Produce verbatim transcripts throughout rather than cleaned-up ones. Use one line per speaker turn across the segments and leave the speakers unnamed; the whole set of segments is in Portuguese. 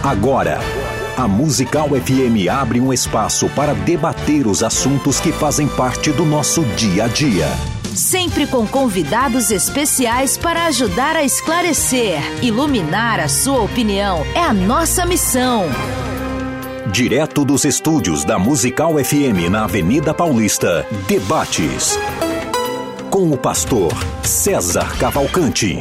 Agora, a Musical F M abre um espaço para debater os assuntos que fazem parte do nosso dia a dia.
Sempre com convidados especiais para ajudar a esclarecer, iluminar a sua opinião. É a nossa missão.
Direto dos estúdios da Musical F M na Avenida Paulista, Debates. Com o pastor César Cavalcante.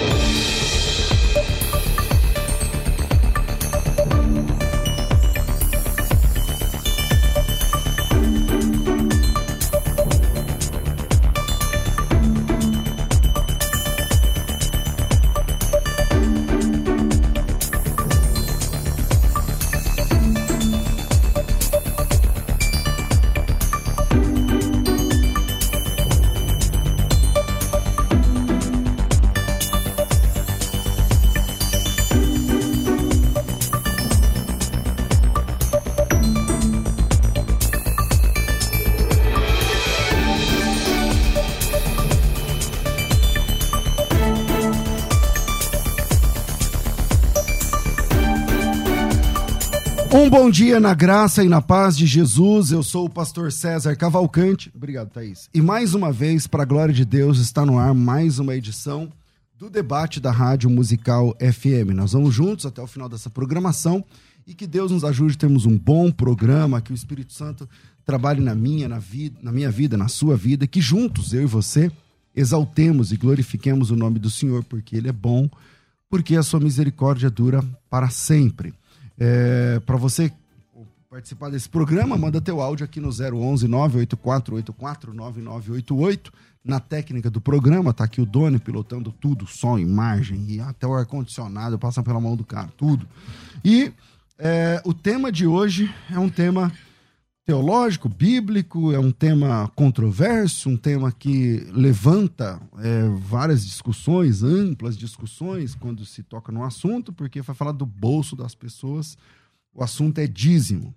Um bom dia na graça e na paz de Jesus. Eu sou o pastor César Cavalcante. Obrigado, Thaís. E mais uma vez, para a glória de Deus, está no ar mais uma edição do debate da Rádio Musical F M. Nós vamos juntos até o final dessa programação e que Deus nos ajude a termos um bom programa, que o Espírito Santo trabalhe na minha, na, vida, na minha vida, na sua vida, que juntos, eu e você, exaltemos e glorifiquemos o nome do Senhor, porque Ele é bom, porque a sua misericórdia dura para sempre. É, para você participar desse programa, manda teu áudio aqui no zero onze, nove oito quatro oito quatro, nove nove oito oito. Na técnica do programa, tá aqui o Doni pilotando tudo, som, imagem e até o ar-condicionado, passa pela mão do cara, tudo. E é, o tema de hoje é um tema teológico, bíblico, é um tema controverso, um tema que levanta é, várias discussões, amplas discussões, quando se toca no assunto, porque vai falar do bolso das pessoas. O assunto é dízimo.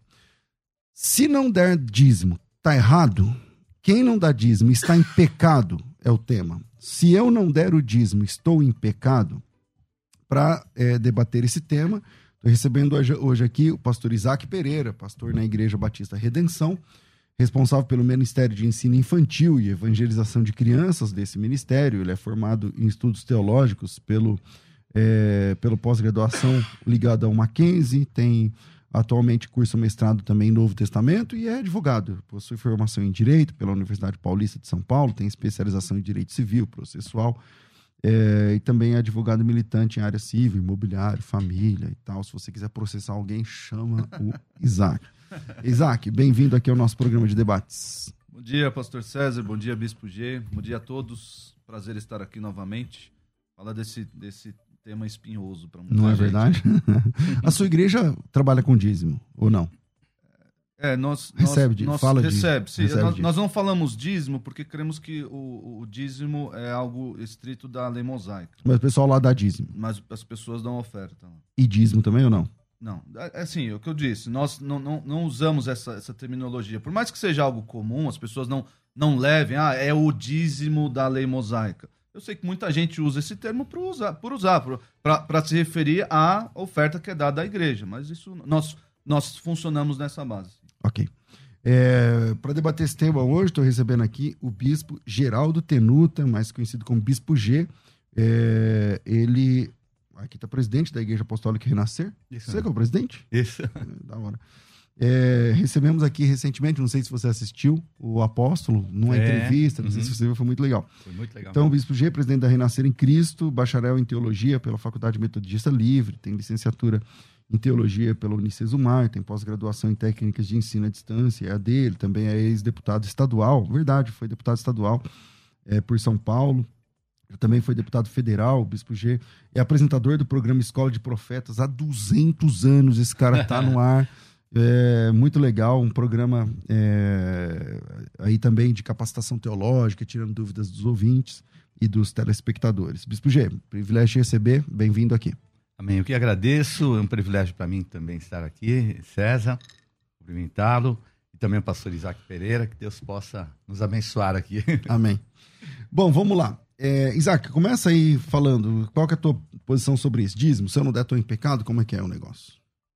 Se não der dízimo, tá errado? Quem não dá dízimo está em pecado, é o tema. Se eu não der o dízimo, estou em pecado? Para é, debater esse tema, estou recebendo hoje, hoje aqui o pastor Isaac Pereira, pastor na Igreja Batista Redenção, responsável pelo Ministério de Ensino Infantil e Evangelização de Crianças desse ministério. Ele é formado em estudos teológicos pelo, é, pelo pós-graduação ligado ao Mackenzie, tem atualmente curso mestrado também em Novo Testamento e é advogado. Possui formação em Direito pela Universidade Paulista de São Paulo, tem especialização em Direito Civil, Processual, É, e também é advogado militante em área civil, imobiliário, família e tal. Se você quiser processar alguém, chama o Isaac. Isaac, bem-vindo aqui ao nosso programa de debates.
Bom dia, pastor César, bom dia, Bispo G, bom dia a todos, prazer estar aqui novamente, falar desse, desse tema espinhoso para muita gente.
Não é verdade? A sua igreja trabalha com dízimo, ou não?
É, nós...
Recebe,
nós,
fala
nós, recebe,
dízimo.
sim.
Recebe
nós,
dízimo.
nós não falamos dízimo porque cremos que o, o dízimo é algo estrito da lei mosaica.
Mas o pessoal lá dá dízimo.
Mas as pessoas dão oferta.
E dízimo também ou não?
Não, é assim, é o que eu disse, nós não, não, não usamos essa, essa terminologia. Por mais que seja algo comum, as pessoas não, não levem, ah, é o dízimo da lei mosaica. Eu sei que muita gente usa esse termo por usar, por usar para se referir à oferta que é dada à igreja, mas isso nós, nós funcionamos nessa base.
Ok. É, para debater esse tema hoje, estou recebendo aqui o bispo Geraldo Tenuta, mais conhecido como Bispo G. É, ele, aqui está presidente da Igreja Apostólica Renascer.
Isso.
Você que é o presidente?
Isso.
É, da hora. É, recebemos aqui recentemente, não sei se você assistiu, o Apóstolo, numa
é.
entrevista, não
uhum.
sei se você viu, foi muito legal.
Foi muito legal.
Então, o Bispo G, presidente da Renascer em Cristo, bacharel em Teologia pela Faculdade Metodista Livre, tem licenciatura em Teologia pela Unicesumar, tem pós-graduação em Técnicas de Ensino à Distância, é a dele, também é ex-deputado estadual, verdade, foi deputado estadual é, por São Paulo, também foi deputado federal. O Bispo G é apresentador do programa Escola de Profetas há duzentos anos, esse cara tá no ar, é muito legal, um programa é, aí também de capacitação teológica, tirando dúvidas dos ouvintes e dos telespectadores. Bispo G, privilégio de receber, bem-vindo aqui.
Amém. Eu que agradeço, é um privilégio para mim também estar aqui, César, cumprimentá-lo, e também o pastor Isaac Pereira, que Deus possa nos abençoar aqui.
Amém. Bom, vamos lá. É, Isaac, começa aí falando, qual que é a tua posição sobre isso? Dízimo, se eu não der, estou em pecado, como é que é o negócio?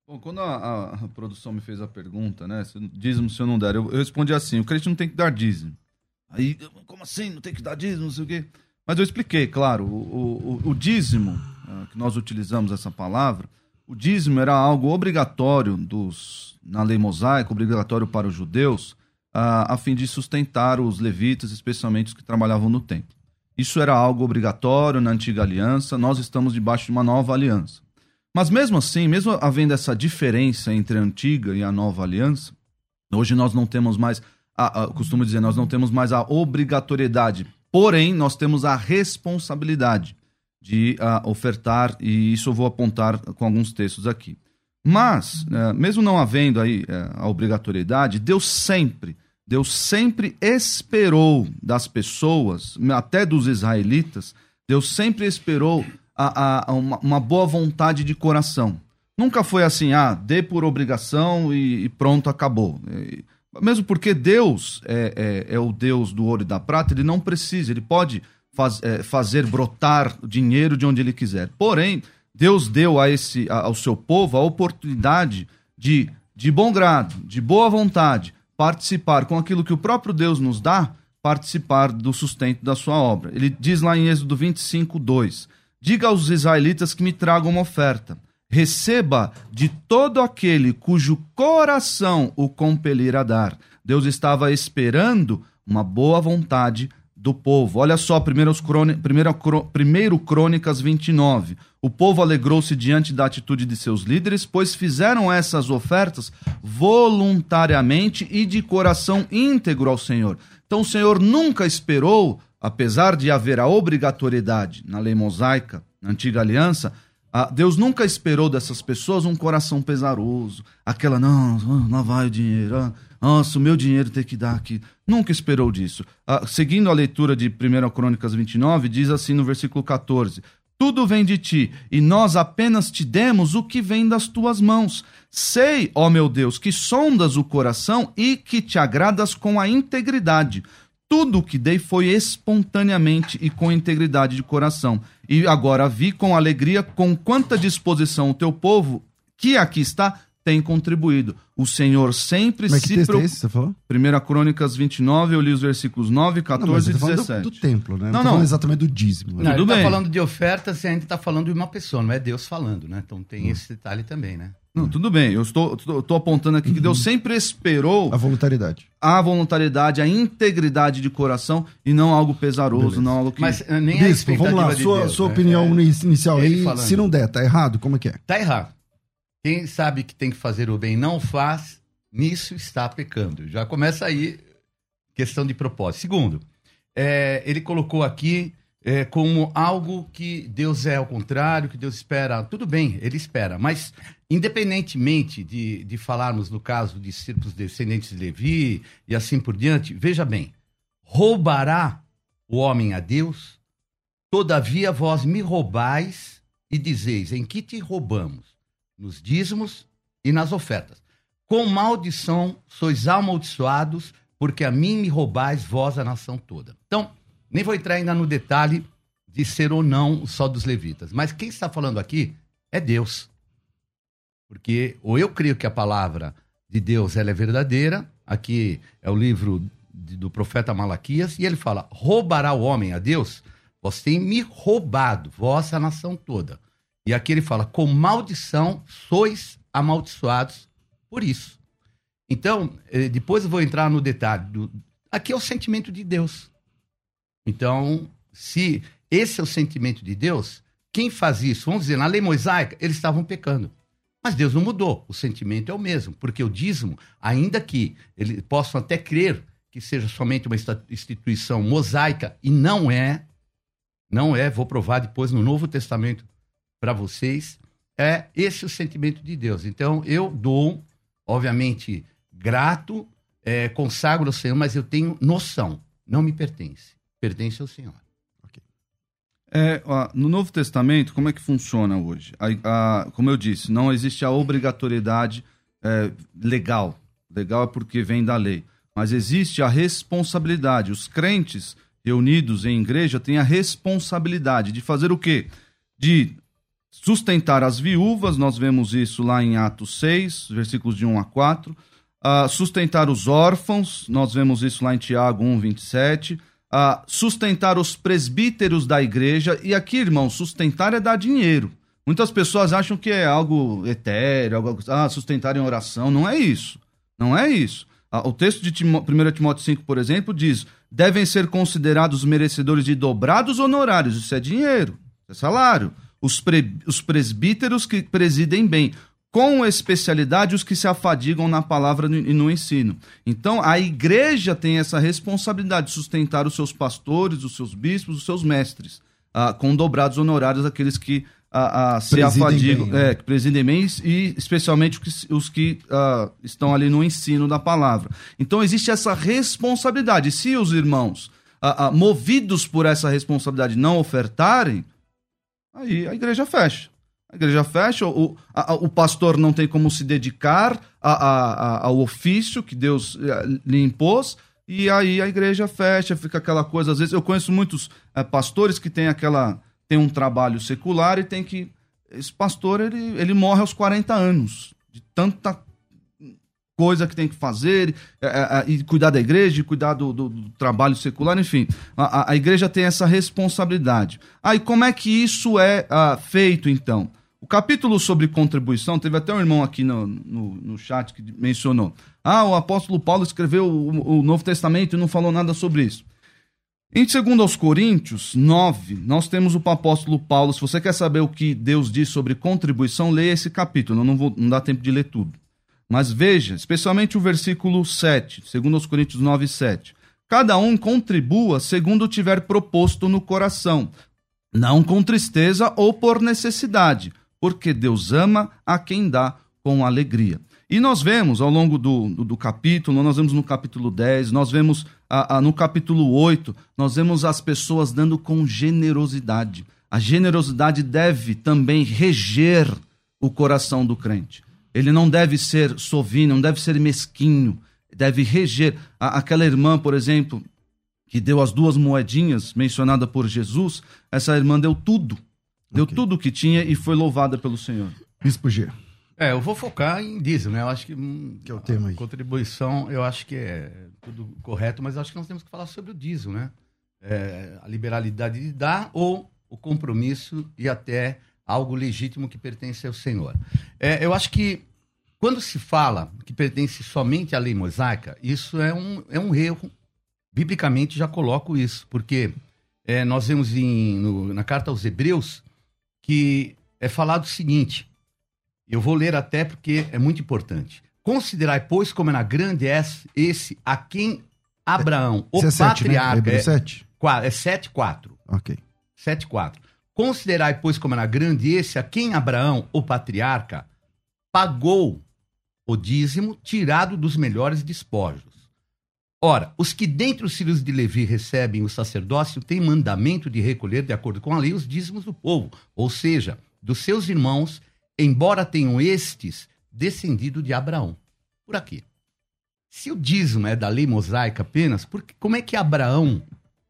Bom, quando a, a, a produção me fez a pergunta, né, se, dízimo se eu não der, eu, eu respondi assim, o crente não tem que dar dízimo. Aí, como assim, não tem que dar dízimo, não sei o quê? Mas eu expliquei, claro, o, o, o dízimo, uh, que nós utilizamos essa palavra, o dízimo era algo obrigatório dos, na lei mosaica, obrigatório para os judeus, uh, a fim de sustentar os levitas, especialmente os que trabalhavam no templo. Isso era algo obrigatório na antiga aliança, nós estamos debaixo de uma nova aliança. Mas mesmo assim, mesmo havendo essa diferença entre a antiga e a nova aliança, hoje nós não temos mais, a, a, costumo dizer, nós não temos mais a obrigatoriedade, porém nós temos a responsabilidade de uh, ofertar, e isso eu vou apontar com alguns textos aqui. Mas, uh, mesmo não havendo aí uh, a obrigatoriedade, Deus sempre, Deus sempre esperou das pessoas, até dos israelitas, Deus sempre esperou A, a, uma, uma boa vontade de coração. Nunca foi assim, ah, dê por obrigação e, e pronto, acabou. E, mesmo porque Deus é, é, é o Deus do ouro e da prata, ele não precisa, ele pode faz, é, fazer brotar dinheiro de onde ele quiser. Porém, Deus deu a esse, a, ao seu povo a oportunidade de, de bom grado, de boa vontade, participar com aquilo que o próprio Deus nos dá, participar do sustento da sua obra. Ele diz lá em Êxodo vinte e cinco, dois, diga aos israelitas que me tragam uma oferta. Receba de todo aquele cujo coração o compelir a dar. Deus estava esperando uma boa vontade do povo. Olha só, primeiro Crônicas vinte e nove. O povo alegrou-se diante da atitude de seus líderes, pois fizeram essas ofertas voluntariamente e de coração íntegro ao Senhor. Então o Senhor nunca esperou, apesar de haver a obrigatoriedade na lei mosaica, na antiga aliança, Deus nunca esperou dessas pessoas um coração pesaroso, aquela, não, não vai o dinheiro, nossa, o meu dinheiro tem que dar aqui. Nunca esperou disso. Seguindo a leitura de primeira Crônicas vinte e nove, diz assim no versículo catorze, tudo vem de ti, e nós apenas te demos o que vem das tuas mãos. Sei, ó meu Deus, que sondas o coração e que te agradas com a integridade. Tudo o que dei foi espontaneamente e com integridade de coração. E agora vi com alegria com quanta disposição o teu povo, que aqui está, tem contribuído. O Senhor sempre
mas que
se
texto
preocupa.
É esse, você falou?
primeira Crônicas vinte e nove, eu li os versículos nove, catorze
não,
e
mas
dezessete.
Do, do templo, né? Não,
não,
tô
não.
falando exatamente do dízimo.
Não,
Né?
ele
Tudo
está
bem.
falando de ofertas e ainda está falando de uma pessoa, não é Deus falando, né? Então tem hum. esse detalhe também, né?
Não, tudo bem, eu estou, estou, estou apontando aqui que Deus sempre esperou
A voluntariedade.
a voluntariedade, a integridade de coração e não algo pesaroso,
Beleza.
não algo que...
Mas uh, nem a
Bispo,
expectativa
vamos lá,
de
sua,
Deus,
sua
né?
opinião
É,
inicial
ele
aí,
falando.
se não der, tá errado? Como é que é?
tá errado. Quem sabe que tem que fazer o bem e não faz, nisso está pecando. Já começa aí questão de propósito. Segundo, é, ele colocou aqui é, como algo que Deus é ao contrário, que Deus espera. Tudo bem, ele espera, mas independentemente de, de falarmos no caso de círculos descendentes de Levi e assim por diante, veja bem, roubará o homem a Deus? Todavia vós me roubais e dizeis, em que te roubamos? Nos dízimos e nas ofertas. Com maldição sois amaldiçoados, porque a mim me roubais vós a nação toda. Então, nem vou entrar ainda no detalhe de ser ou não só dos levitas, mas quem está falando aqui é Deus. Porque ou eu creio que a palavra de Deus ela é verdadeira, aqui é o livro de, do profeta Malaquias, e ele fala, roubará o homem a Deus? Vós tem me roubado, vós a nação toda. E aqui ele fala, com maldição sois amaldiçoados por isso. Então, depois eu vou entrar no detalhe. Do... Aqui é o sentimento de Deus. Então, se esse é o sentimento de Deus, quem faz isso? Vamos dizer, na lei mosaica, eles estavam pecando. Mas Deus não mudou. O sentimento é o mesmo. Porque o dízimo, ainda que eles possam até crer que seja somente uma instituição mosaica, e não é, não é, vou provar depois no Novo Testamento para vocês, é esse o sentimento de Deus. Então, eu dou, obviamente, grato, é, consagro ao Senhor, mas eu tenho noção, não me pertence, pertence ao Senhor.
Okay.
É, ó, no Novo Testamento, como é que funciona hoje? A, a, como eu disse, não existe a obrigatoriedade é, legal. Legal é porque vem da lei. Mas existe a responsabilidade. Os crentes reunidos em igreja têm a responsabilidade de fazer o quê? De sustentar as viúvas, nós vemos isso lá em Atos seis, versículos de um a quatro. Uh, sustentar os órfãos, nós vemos isso lá em Tiago um, vinte e sete. Uh, sustentar os presbíteros da igreja. E aqui, irmão, sustentar é dar dinheiro. Muitas pessoas acham que é algo etéreo, algo, ah, sustentar em oração. Não é isso. Não é isso. Ah, o texto de Timó- primeiro Timóteo cinco, por exemplo, diz: devem ser considerados merecedores de dobrados honorários. Isso é dinheiro, é salário. Os, pre- os presbíteros que presidem bem, com especialidade os que se afadigam na palavra e no ensino. Então, a igreja tem essa responsabilidade de sustentar os seus pastores, os seus bispos, os seus mestres, ah, com dobrados honorários, aqueles que ah, ah, se
Presidem
afadigam,
bem, né?
é, que presidem bem, e especialmente os que, os que ah, estão ali no ensino da palavra. Então, existe essa responsabilidade. Se os irmãos, ah, ah, movidos por essa responsabilidade, não ofertarem, aí a igreja fecha. A igreja fecha, o, a, o pastor não tem como se dedicar a, a, a, ao ofício que Deus lhe impôs, e aí a igreja fecha, fica aquela coisa. Às vezes eu conheço muitos é, pastores que têm aquela, tem um trabalho secular e tem que... Esse pastor, ele, ele morre aos quarenta anos, de tanta coisa que tem que fazer, é, é, e cuidar da igreja, e cuidar do, do, do trabalho secular, enfim. A, a, a igreja tem essa responsabilidade. Ah, e como é que isso é ah, feito, então? O capítulo sobre contribuição, teve até um irmão aqui no, no, no chat que mencionou. Ah, o apóstolo Paulo escreveu o, o Novo Testamento e não falou nada sobre isso. Em segundo aos Coríntios nove, nós temos o apóstolo Paulo. Se você quer saber o que Deus diz sobre contribuição, leia esse capítulo. Eu não, vou, não dá tempo de ler tudo. Mas veja, especialmente o versículo sete, segundo aos Coríntios nove, sete. Cada um contribua segundo tiver proposto no coração, não com tristeza ou por necessidade, porque Deus ama a quem dá com alegria. E nós vemos ao longo do, do, do capítulo, nós vemos no capítulo dez, nós vemos a, a, no capítulo oito, nós vemos as pessoas dando com generosidade. A generosidade deve também reger o coração do crente. Ele não deve ser sovino, não deve ser mesquinho, deve reger. A, aquela irmã, por exemplo, que deu as duas moedinhas mencionada por Jesus, essa irmã deu tudo. Deu okay. tudo o que tinha e foi louvada pelo Senhor.
Bispo G.
É, eu vou focar em dízimo, né? Eu acho que, hum,
que é o tema aí.
Contribuição, eu acho que é tudo correto, mas eu acho que nós temos que falar sobre o dízimo, né? É, a liberalidade de dar ou o compromisso e até algo legítimo que pertence ao Senhor. É, eu acho que quando se fala que pertence somente à lei mosaica, isso é um, é um erro. Biblicamente já coloco isso, porque é, nós vemos em, no, na carta aos Hebreus que é falado o seguinte, eu vou ler até porque é muito importante. Considerai, pois, como era grande esse a quem Abraão, o
é
patriarca...
Né? sete?
É, é sete, quatro.
Ok.
sete, quatro. Considerai, pois, como era grande esse a quem Abraão, o patriarca, pagou o dízimo tirado dos melhores despojos. Ora, os que dentre os filhos de Levi recebem o sacerdócio têm mandamento de recolher, de acordo com a lei, os dízimos do povo, ou seja, dos seus irmãos, embora tenham estes descendido de Abraão. Por aqui. Se o dízimo é da lei mosaica apenas, porque, como é que Abraão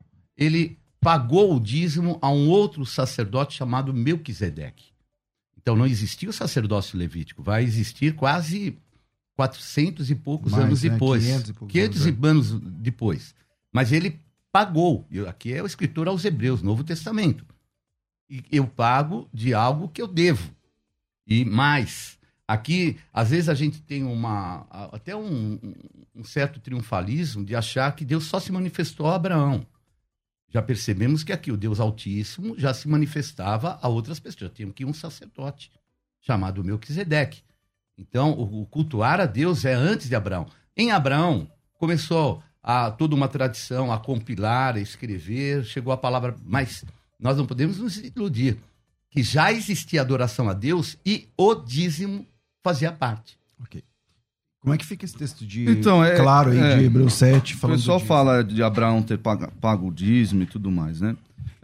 ele pagou o dízimo a um outro sacerdote chamado Melquisedeque? Então não existia o sacerdócio levítico, vai existir quase quatrocentos e poucos
Mais,
anos
né?
depois.
quinhentos e poucos
quinhentos
anos,
anos depois. Mas ele pagou. Aqui é o escritor aos Hebreus, Novo Testamento. E eu pago de algo que eu devo. E mais, aqui, às vezes a gente tem uma, até um, um certo triunfalismo de achar que Deus só se manifestou a Abraão. Já percebemos que aqui o Deus Altíssimo já se manifestava a outras pessoas. Já tinha aqui um sacerdote chamado Melquisedeque. Então, o, o cultuar a Deus é antes de Abraão. Em Abraão, começou a, toda uma tradição a compilar, a escrever, chegou a palavra, mas nós não podemos nos iludir, que já existia adoração a Deus e o dízimo fazia parte.
Ok. Como é que fica esse texto de
então, é,
claro aí
é,
de Hebreus sete?
O pessoal fala de Abraão ter pago, pago o dízimo e tudo mais, né?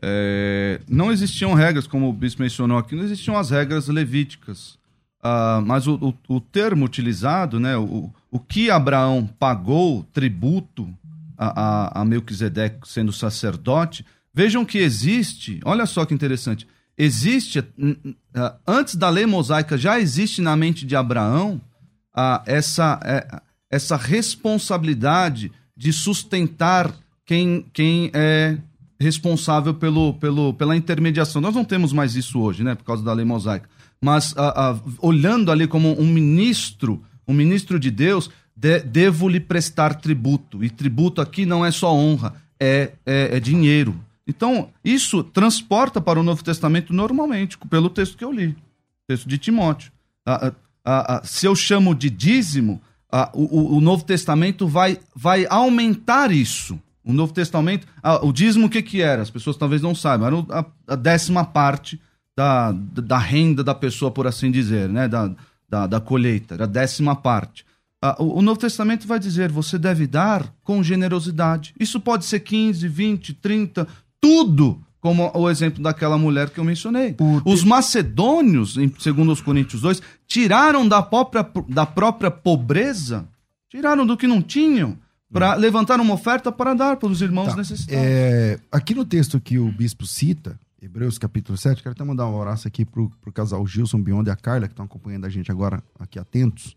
É, não existiam regras, como o bispo mencionou aqui, não existiam as regras levíticas. Uh, mas o, o, o termo utilizado, né, o, o que Abraão pagou tributo a, a, a Melquisedeque sendo sacerdote, vejam que existe, olha só que interessante, existe, uh, antes da lei mosaica, já existe na mente de Abraão uh, essa, uh, essa responsabilidade de sustentar quem, quem é responsável pelo, pelo, pela intermediação. Nós não temos mais isso hoje, né, por causa da lei mosaica. Mas uh, uh, olhando ali como um ministro, um ministro de Deus, de, devo lhe prestar tributo. E tributo aqui não é só honra, é, é, é dinheiro. Então, isso transporta para o Novo Testamento normalmente, pelo texto que eu li, texto de Timóteo. Uh, uh, uh, uh, se eu chamo de dízimo, uh, o, o Novo Testamento vai, vai aumentar isso. O Novo Testamento, uh, o dízimo o que, que era? As pessoas talvez não saibam, era a, a décima parte da, da renda da pessoa, por assim dizer, né? da, da, da colheita, era a décima parte. Uh, o, o Novo Testamento vai dizer, você deve dar com generosidade. Isso pode ser quinze, vinte, trinta, tudo, como o exemplo daquela mulher que eu mencionei. Os macedônios, em, segundo os Coríntios dois, tiraram da própria, da própria pobreza, tiraram do que não tinham, para levantar uma oferta para dar para os irmãos
tá.
necessitados.
É, aqui no texto que o bispo cita, Hebreus capítulo sete, quero até mandar um abraço aqui para o casal Gilson Biondo e a Carla, que estão acompanhando a gente agora aqui atentos.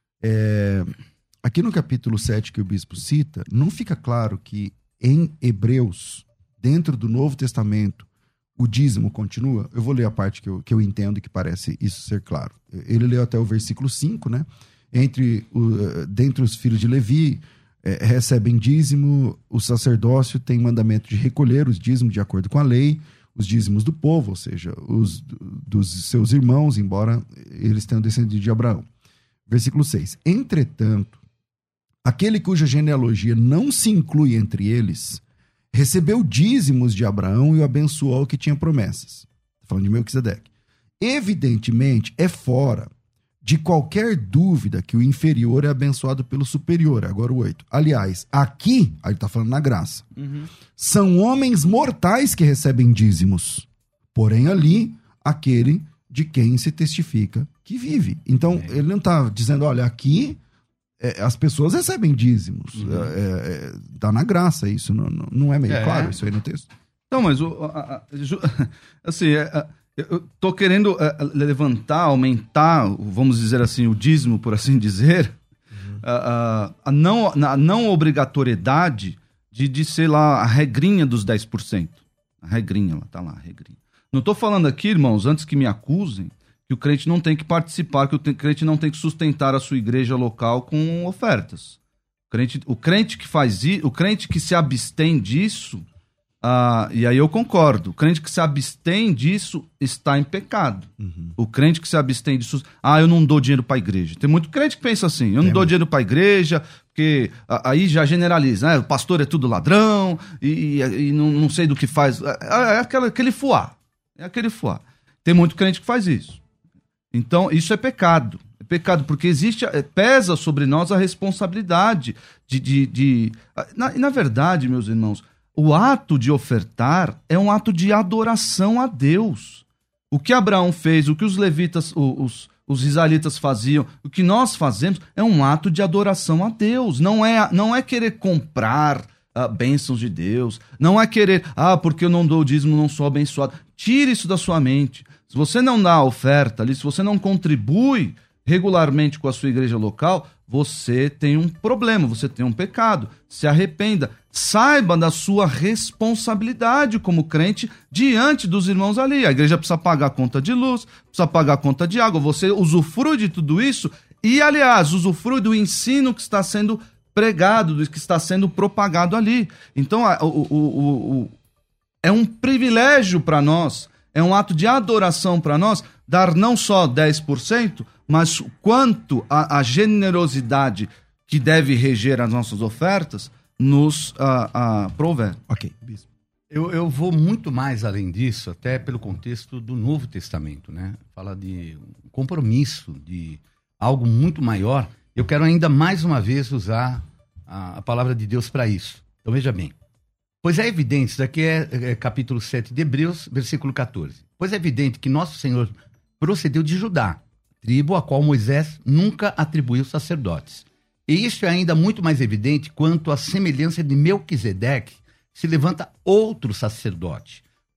É, aqui no capítulo sete que o bispo cita, não fica claro que em Hebreus, dentro do Novo Testamento, o dízimo continua? Eu vou ler a parte que eu, que eu entendo que parece isso ser claro. Ele leu até o versículo cinco, né? Entre o, dentre os filhos de Levi, é, recebem dízimo, o sacerdócio tem mandamento de recolher os dízimos de acordo com a lei, os dízimos do povo, ou seja, os dos seus irmãos, embora eles tenham descendido de Abraão. Versículo seis. Entretanto, aquele cuja genealogia não se inclui entre eles, recebeu dízimos de Abraão e o abençoou que tinha promessas. Estou falando de Melquisedeque. Evidentemente, é fora de qualquer dúvida que o inferior é abençoado pelo superior. Agora o oito. Aliás, aqui, aí ele está falando na graça, uhum. são homens mortais que recebem dízimos. Porém, ali, aquele de quem se testifica que vive. Então, é. ele não está dizendo, olha, aqui... É, as pessoas recebem dízimos. Uhum. É, é, dá na graça isso. Não, não é meio é. claro isso aí no texto?
Não, mas o, a, a, assim, é, eu tô querendo é, levantar, aumentar, vamos dizer assim, o dízimo, por assim dizer, uhum. a, a, a, não, a não obrigatoriedade de, de ser lá a regrinha dos dez por cento. A regrinha, lá, tá lá, a regrinha. Não tô falando aqui, irmãos, antes que me acusem, que o crente não tem que participar, que o crente não tem que sustentar a sua igreja local com ofertas. O crente, o crente que faz isso, o crente que se abstém disso, ah, e aí eu concordo, o crente que se abstém disso está em pecado. Uhum. O crente que se abstém disso, ah, eu não dou dinheiro para a igreja. Tem muito crente que pensa assim, eu não é, dou dinheiro para a igreja, porque aí já generaliza, né? O pastor é tudo ladrão, e, e não, não sei do que faz. É, é aquela, aquele fuá, é aquele fuá. Tem muito crente que faz isso. Então, isso é pecado. É pecado porque existe, pesa sobre nós a responsabilidade de... de, de... Na, na verdade, meus irmãos, o ato de ofertar é um ato de adoração a Deus. O que Abraão fez, o que os levitas, os, os israelitas faziam, o que nós fazemos é um ato de adoração a Deus. Não é, não é querer comprar uh, bênçãos de Deus. Não é querer, ah, porque eu não dou o dízimo, não sou abençoado. Tire isso da sua mente. Se você não dá a oferta ali, se você não contribui regularmente com a sua igreja local, você tem um problema, você tem um pecado. Se arrependa. Saiba da sua responsabilidade como crente diante dos irmãos ali. A igreja precisa pagar a conta de luz, precisa pagar a conta de água. Você usufrui de tudo isso e, aliás, usufrui do ensino que está sendo pregado, do que está sendo propagado ali. Então, o, o, o, o, é um privilégio para nós. É um ato de adoração para nós dar não só dez por cento, mas quanto a, a generosidade que deve reger as nossas ofertas nos uh, uh, prover.
Ok, bispo. Eu, eu vou muito mais além disso, até pelo contexto do Novo Testamento, né? Fala de um compromisso, de algo muito maior. Eu quero ainda mais uma vez usar a, a palavra de Deus para isso. Então veja bem. Pois é evidente, isso daqui é, é capítulo sete de Hebreus, versículo catorze. Pois é evidente que nosso Senhor procedeu de Judá, tribo a qual Moisés nunca atribuiu sacerdotes. E isso é ainda muito mais evidente quanto à semelhança de Melquisedeque se levanta outro sacerdote,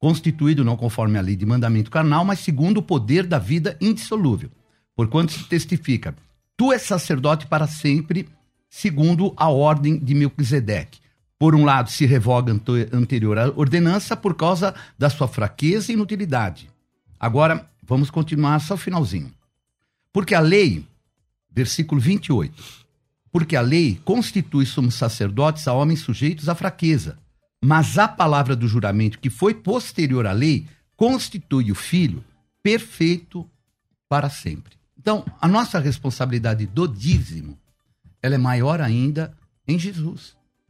constituído não conforme a lei de mandamento carnal, mas segundo o poder da vida indissolúvel. Porquanto se testifica, tu és sacerdote para sempre, segundo a ordem de Melquisedeque. Por um lado, se revoga a anterior ordenança por causa da sua fraqueza e inutilidade. Agora, vamos continuar só o finalzinho. Porque a lei, versículo vinte e oito, porque a lei constitui sumos sacerdotes a homens sujeitos à fraqueza, mas a palavra do juramento, que foi posterior à lei, constitui o Filho perfeito para sempre. Então, a nossa responsabilidade do dízimo, ela é maior ainda em Jesus.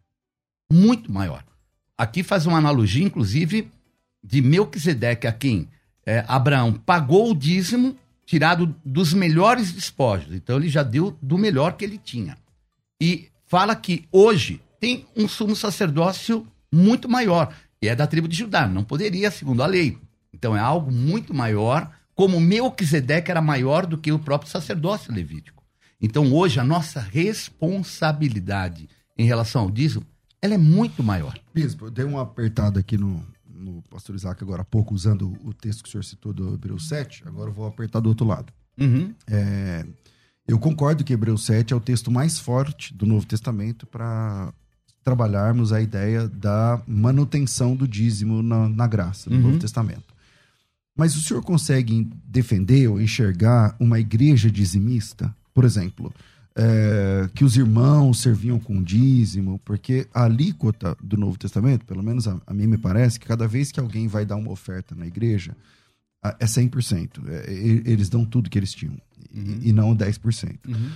Muito maior. Aqui faz uma analogia, inclusive, de Melquisedeque, a quem é, Abraão pagou o dízimo, tirado dos melhores despojos. Então, ele já deu do melhor que ele tinha. E fala que hoje tem um sumo sacerdócio muito maior, e é da tribo de Judá, não poderia, segundo a lei. Então, é algo muito maior, como Melquisedeque era maior do que o próprio sacerdócio levítico. Então, hoje, a nossa responsabilidade em relação ao dízimo, ela é muito maior.
Bispo, eu dei uma apertada aqui no, no pastor Isaac agora há pouco, usando o texto que o senhor citou do Hebreus sete, agora eu vou apertar do outro lado.
Uhum.
É, eu concordo que Hebreus sete é o texto mais forte do Novo Testamento para trabalharmos a ideia da manutenção do dízimo na, na graça do uhum. Novo Testamento. Mas o senhor consegue defender ou enxergar uma igreja dizimista, por exemplo, é, que os irmãos serviam com dízimo? Porque a alíquota do Novo Testamento, pelo menos a, a mim me parece, que cada vez que alguém vai dar uma oferta na igreja, é cem por cento. É, eles dão tudo que eles tinham, uhum. e, e não dez por cento. Uhum.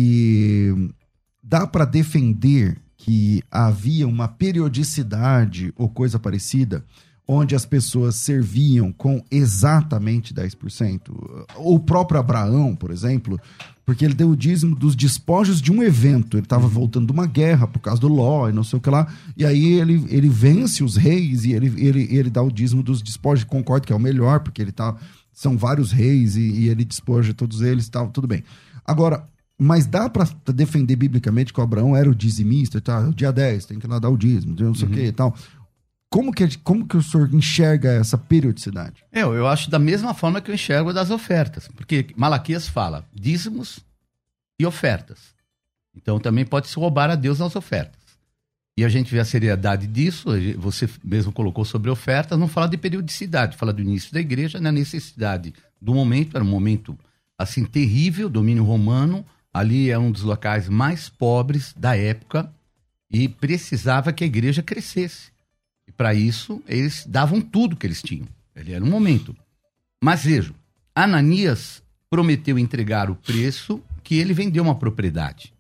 E dá para defender que havia uma periodicidade ou coisa parecida, onde as pessoas serviam com exatamente dez por cento. O próprio Abraão, por exemplo, porque ele deu o dízimo dos despojos de um evento. Ele estava voltando de uma guerra por causa do Ló e não sei o que lá. E aí ele, ele vence os reis e ele, ele, ele dá o dízimo dos despojos. Concordo que é o melhor, porque ele tá, são vários reis e, e ele despoja todos eles e tal, tudo bem. Agora, mas dá para defender biblicamente que o Abraão era o dizimista, tá? O dia dez, tem que ir lá dar o dízimo, não sei o que e tal. Como que, como que o senhor enxerga essa periodicidade?
Eu, eu acho da mesma forma que eu enxergo das ofertas. Porque Malaquias fala dízimos e ofertas. Então também pode se roubar a Deus nas ofertas. E a gente vê a seriedade disso, você mesmo colocou sobre ofertas, não fala de periodicidade, fala do início da igreja, na necessidade do momento, era um momento assim terrível, domínio romano, ali é um dos locais mais pobres da época e precisava que a igreja crescesse. E para isso, eles davam tudo que eles tinham. Ele era um momento. Mas vejam, Ananias prometeu entregar o preço que ele vendeu uma propriedade.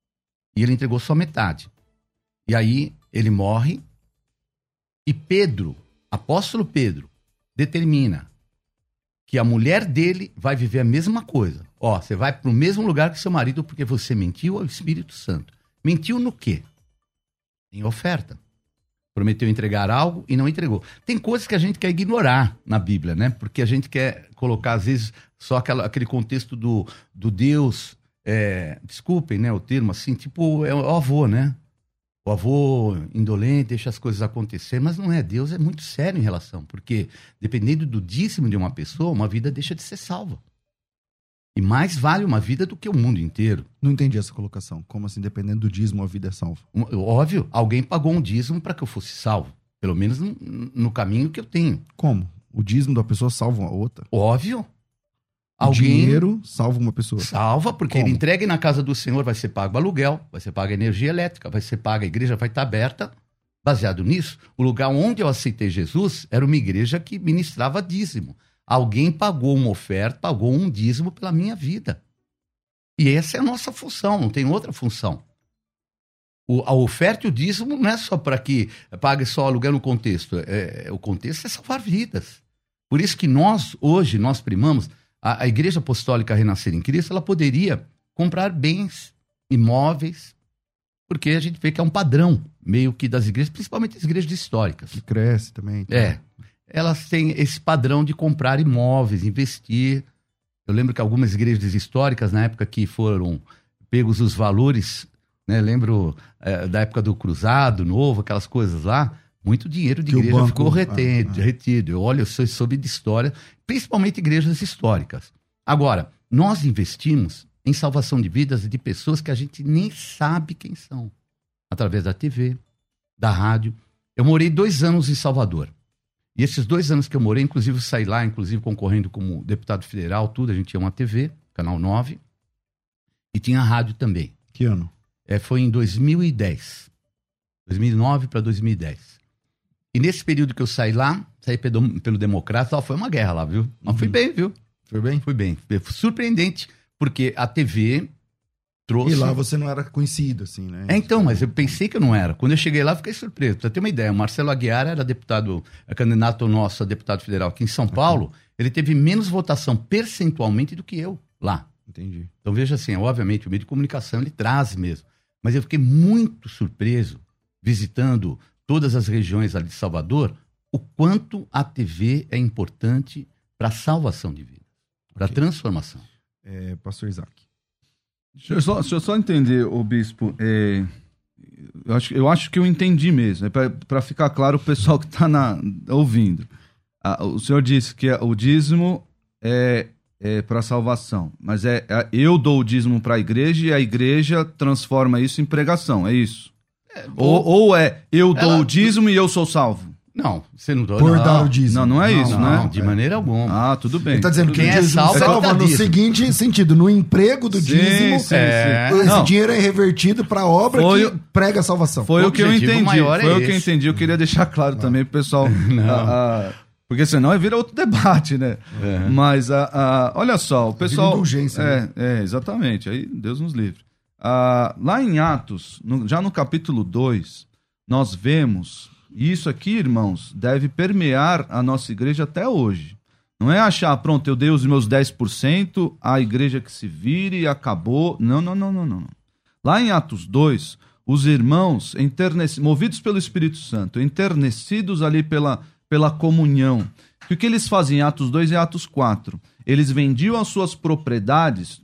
E ele entregou só metade. E aí ele morre e Pedro, apóstolo Pedro, determina que a mulher dele vai viver a mesma coisa. Ó, você vai para o mesmo lugar que seu marido porque você mentiu ao Espírito Santo. Mentiu no quê? Em oferta. Prometeu entregar algo e não entregou. Tem coisas que a gente quer ignorar na Bíblia, né? Porque a gente quer colocar, às vezes, só aquela, aquele contexto do, do Deus, é, desculpem, né, o termo assim, tipo, é o avô, né? O avô indolente, deixa as coisas acontecer, mas não é. Deus é muito sério em relação, porque dependendo do dízimo de uma pessoa, uma vida deixa de ser salva. E mais vale uma vida do que o mundo inteiro.
Não entendi essa colocação. Como assim, dependendo do dízimo, a vida é salva?
Óbvio, alguém pagou um dízimo para que eu fosse salvo. Pelo menos no, no caminho que eu tenho.
Como? O dízimo da pessoa salva uma outra?
Óbvio.
O
alguém
dinheiro salva uma pessoa?
Salva, porque
Como?
ele entrega na casa do Senhor, vai ser pago aluguel, vai ser paga energia elétrica, vai ser paga, a igreja vai estar aberta. Baseado nisso, o lugar onde eu aceitei Jesus era uma igreja que ministrava dízimo. Alguém pagou uma oferta, pagou um dízimo pela minha vida. E essa é a nossa função, não tem outra função. O, a oferta e o dízimo não é só para que pague só aluguel no contexto. É, o contexto é salvar vidas. Por isso que nós, hoje, nós primamos, a, a Igreja Apostólica Renascer em Cristo, ela poderia comprar bens, imóveis, porque a gente vê que é um padrão meio que das igrejas, principalmente as igrejas históricas.
Que cresce também. Tá?
É. Elas têm esse padrão de comprar imóveis, investir. Eu lembro que algumas igrejas históricas, na época que foram pegos os valores, né? Lembro é, da época do Cruzado Novo, aquelas coisas lá, Muito dinheiro de
Que o
igreja
banco-
ficou retido,
ah, ah.
retido. Eu olho, eu sou sobre de história, principalmente igrejas históricas. Agora, nós investimos em salvação de vidas de pessoas que a gente nem sabe quem são. Através da T V, da rádio. Eu morei dois anos em Salvador. E esses dois anos que eu morei, inclusive eu saí lá, inclusive concorrendo como deputado federal, tudo. A gente tinha uma T V, Canal nove, e tinha a rádio também.
Que ano?
É, foi em dois mil e dez. dois mil e nove para dois mil e dez. E nesse período que eu saí lá, saí pelo, pelo Democrata, ó, foi uma guerra lá, viu? Mas fui bem, viu?
Foi bem?
Fui bem. Foi surpreendente, porque a T V trouxe...
E lá você não era conhecido, assim, né?
É, então, mas eu pensei que eu não era. Quando eu cheguei lá, fiquei surpreso. Pra ter uma ideia, o Marcelo Aguiar era deputado, é candidato nosso a deputado federal aqui em São Paulo. Uhum. Ele teve menos votação percentualmente do que eu lá.
Entendi.
Então, veja assim, obviamente, o meio de comunicação, ele traz mesmo. Mas eu fiquei muito surpreso, visitando todas as regiões ali de Salvador, o quanto a T V é importante para a salvação de vidas, para a
Ok.
transformação.
É, pastor Isaac.
Deixa eu só, deixa eu só entender, ô bispo. é, eu, acho, eu acho que eu entendi mesmo. É para ficar claro o pessoal que está ouvindo. Ah, o senhor disse que o dízimo é, é para salvação, mas é, é eu dou o dízimo para a igreja e a igreja transforma isso em pregação, é isso? É, ou, ou é eu dou
ela...
o dízimo e eu sou salvo?
Não, você não dá.
Por
não.
dar o dízimo.
Não, não é isso,
não,
né?
Não, de maneira alguma.
Ah, tudo bem.
Ele tá dizendo
tudo
que
Quem
o
é
dízimo
salvo
salva
é
no
dízimo.
seguinte sentido, no emprego do
Sim,
dízimo,
sim,
é.
sim.
esse
Não,
dinheiro é revertido para a obra
Foi
que
o-
prega a salvação.
Foi
O
o que eu
objetivo
entendi.
maior é
Foi o que eu
esse.
entendi. Eu queria deixar claro também pro pessoal.
Não.
ah, ah, porque senão vira outro debate, né?
Uhum.
Mas, ah, ah, olha só, o pessoal.
indulgência,
é,
né?
é, exatamente. Aí Deus nos livre. Ah, lá em Atos, no- já no capítulo dois, nós vemos. E isso aqui, irmãos, deve permear a nossa igreja até hoje. Não é achar, pronto, eu dei os meus dez por cento, a igreja que se vire e acabou. Não, não, não, não, não. Lá em Atos dois, os irmãos, enternecidos, movidos pelo Espírito Santo, enternecidos ali pela, pela comunhão. E o que eles fazem em Atos dois e Atos quatro? Eles vendiam as suas propriedades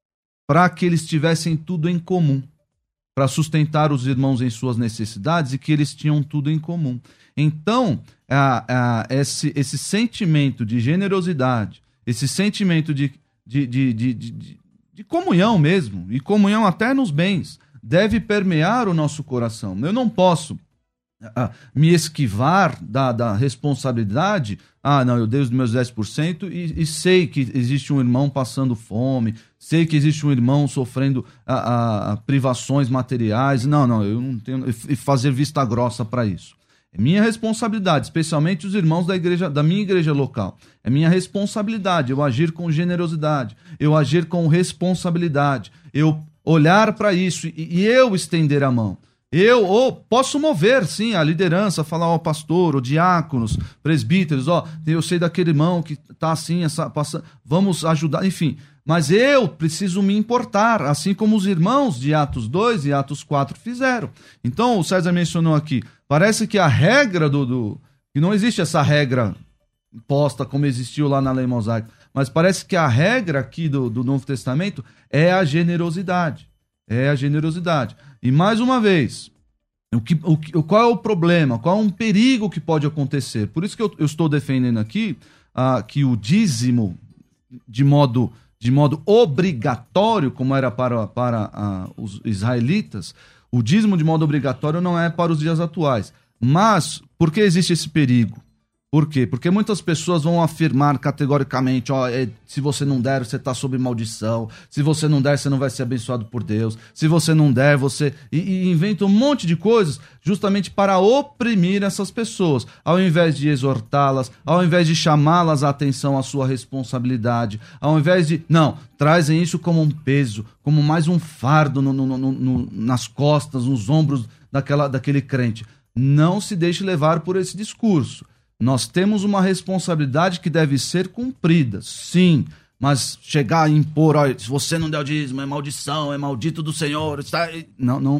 para que eles tivessem tudo em comum, para sustentar os irmãos em suas necessidades e que eles tinham tudo em comum. Então, ah, ah, esse, esse sentimento de generosidade, esse sentimento de, de, de, de, de, de comunhão mesmo, e comunhão até nos bens, deve permear o nosso coração. Eu não posso ah, me esquivar da, da responsabilidade. Ah, não, eu dei os meus dez por cento e, e sei que existe um irmão passando fome, sei que existe um irmão sofrendo ah, ah, ah, privações materiais. Não, não, eu não tenho. E fazer vista grossa para isso. É minha responsabilidade, especialmente os irmãos da igreja, da minha igreja local. É minha responsabilidade eu agir com generosidade, eu agir com responsabilidade, eu olhar para isso e, e eu estender a mão. Eu ou posso mover, sim, a liderança, falar ao pastor, o diáconos, presbíteros, ó, eu sei daquele irmão que tá assim, essa, passa, vamos ajudar, enfim. Mas eu preciso me importar, assim como os irmãos de Atos dois e Atos quatro fizeram. Então, o César mencionou aqui, parece que a regra do... do que não existe essa regra posta como existiu lá na lei mosaica, mas parece que a regra aqui do, do Novo Testamento é a generosidade. É a generosidade. E mais uma vez, o que, o, que- qual é o problema? Qual é um perigo que pode acontecer? Por isso que eu, eu estou defendendo aqui ah, que o dízimo, de modo, de modo obrigatório, como era para, para ah, os israelitas, o dízimo de modo obrigatório não é para os dias atuais. Mas, por que existe esse perigo? Por quê? Porque muitas pessoas vão afirmar categoricamente, ó, é, se você não der, você está sob maldição, se você não der, você não vai ser abençoado por Deus, se você não der, você... E, e inventam um monte de coisas justamente para oprimir essas pessoas, ao invés de exortá-las, ao invés de chamá-las a atenção à sua responsabilidade, ao invés de... Não, trazem isso como um peso, como mais um fardo no, no, no, no, nas costas, nos ombros daquela, daquele crente. Não se deixe levar por esse discurso. Nós temos uma responsabilidade que deve ser cumprida, sim, mas chegar a impor, olha, se você não der o dízimo, é maldição, é maldito do Senhor, está... não, não,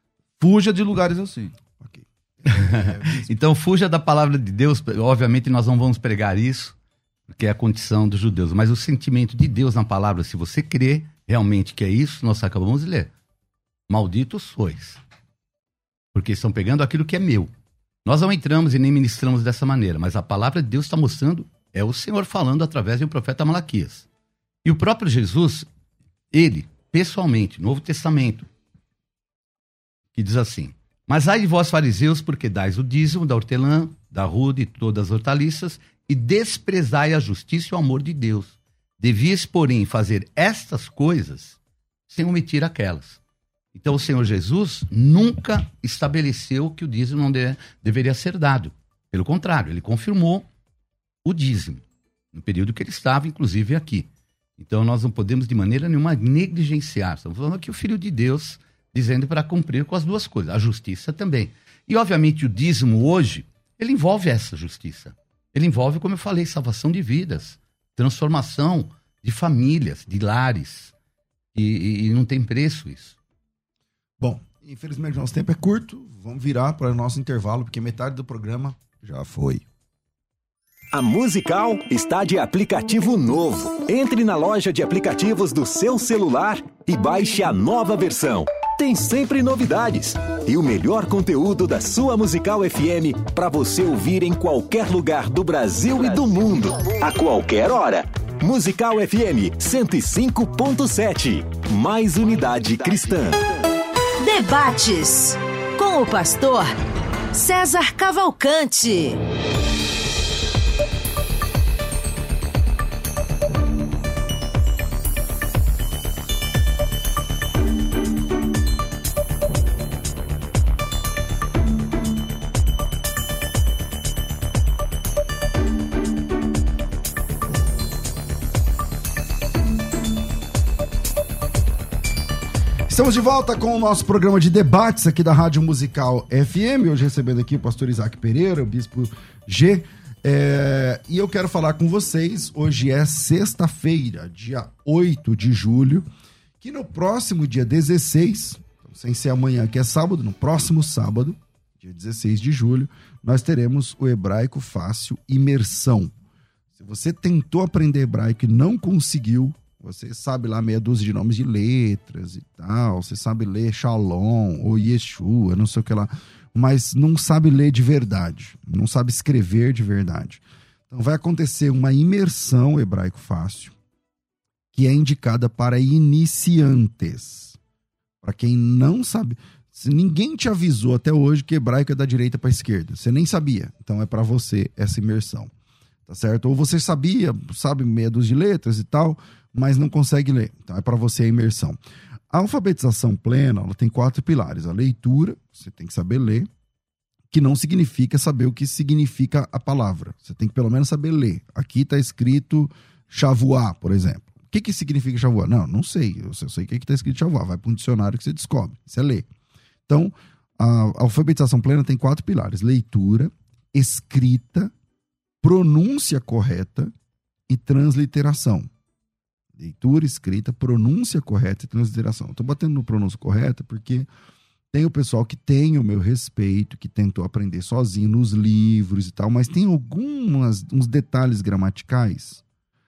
fuja de lugares assim.
Ok.
Então, fuja da palavra de Deus. Obviamente, nós não vamos pregar isso, porque é a condição dos judeus. Mas o sentimento de Deus na palavra, se você crê realmente que é isso, nós acabamos de ler. Malditos sois. Porque estão pegando aquilo que é meu. Nós não entramos e nem ministramos dessa maneira, mas a palavra de Deus está mostrando, é o Senhor falando através do profeta Malaquias. E o próprio Jesus, ele, pessoalmente, Novo Testamento, que diz assim: mas ai de vós, fariseus, porque dais o dízimo da hortelã, da ruda e todas as hortaliças, e desprezai a justiça e o amor de Deus. Devias, porém, fazer estas coisas sem omitir aquelas. Então o Senhor Jesus nunca estabeleceu que o dízimo não de, deveria ser dado. Pelo contrário, ele confirmou o dízimo, no período que ele estava, inclusive, aqui. Então nós não podemos de maneira nenhuma negligenciar. Estamos falando aqui o Filho de Deus dizendo para cumprir com as duas coisas, a justiça também. E obviamente o dízimo hoje, ele envolve essa justiça. Ele envolve, como eu falei, salvação de vidas, transformação de famílias, de lares. E, e, e não tem preço isso.
Bom, infelizmente nosso tempo é curto. Vamos virar para o nosso intervalo, porque metade do programa já foi.
A Musical está de aplicativo novo. Entre na loja de aplicativos do seu celular e baixe a nova versão. Tem sempre novidades e o melhor conteúdo da sua Musical F M para você ouvir em qualquer lugar do Brasil e do mundo, a qualquer hora. Musical F M cento e cinco ponto sete. Mais unidade cristã.
Debates com o pastor César Cavalcante.
Estamos de volta com o nosso programa de debates aqui da Rádio Musical F M. Hoje recebendo aqui o pastor Isaac Pereira, o Bispo G. É, e eu quero falar com vocês, hoje é sexta-feira, dia oito de julho, que no próximo dia dezesseis, sem ser amanhã que é sábado, no próximo sábado, dia dezesseis de julho, nós teremos o Hebraico Fácil Imersão. Se você tentou aprender hebraico e não conseguiu, você sabe lá meia dúzia de nomes de letras e tal, você sabe ler Shalom ou Yeshua, não sei o que lá, mas não sabe ler de verdade, não sabe escrever de verdade. Então vai acontecer uma imersão hebraico fácil, que é indicada para iniciantes. Para quem não sabe, se ninguém te avisou até hoje que hebraico é da direita para a esquerda, você nem sabia, então é para você essa imersão, tá certo? Ou você sabia, sabe meia dúzia de letras e tal, mas não consegue ler. Então é para você a imersão. A alfabetização plena, ela tem quatro pilares. A leitura, você tem que saber ler, que não significa saber o que significa a palavra. Você tem que pelo menos saber ler. Aqui está escrito Shavuá, por exemplo. O que, que significa Shavuá? Não, não sei. Eu sei o que está escrito Shavuá. Vai para um dicionário que você descobre. Isso é ler. Então, a alfabetização plena tem quatro pilares. Leitura, escrita, pronúncia correta e transliteração. Leitura, escrita, pronúncia correta e transliteração. Estou batendo no pronúncia correta porque tem o pessoal que tem o meu respeito, que tentou aprender sozinho nos livros e tal, mas tem alguns uns detalhes gramaticais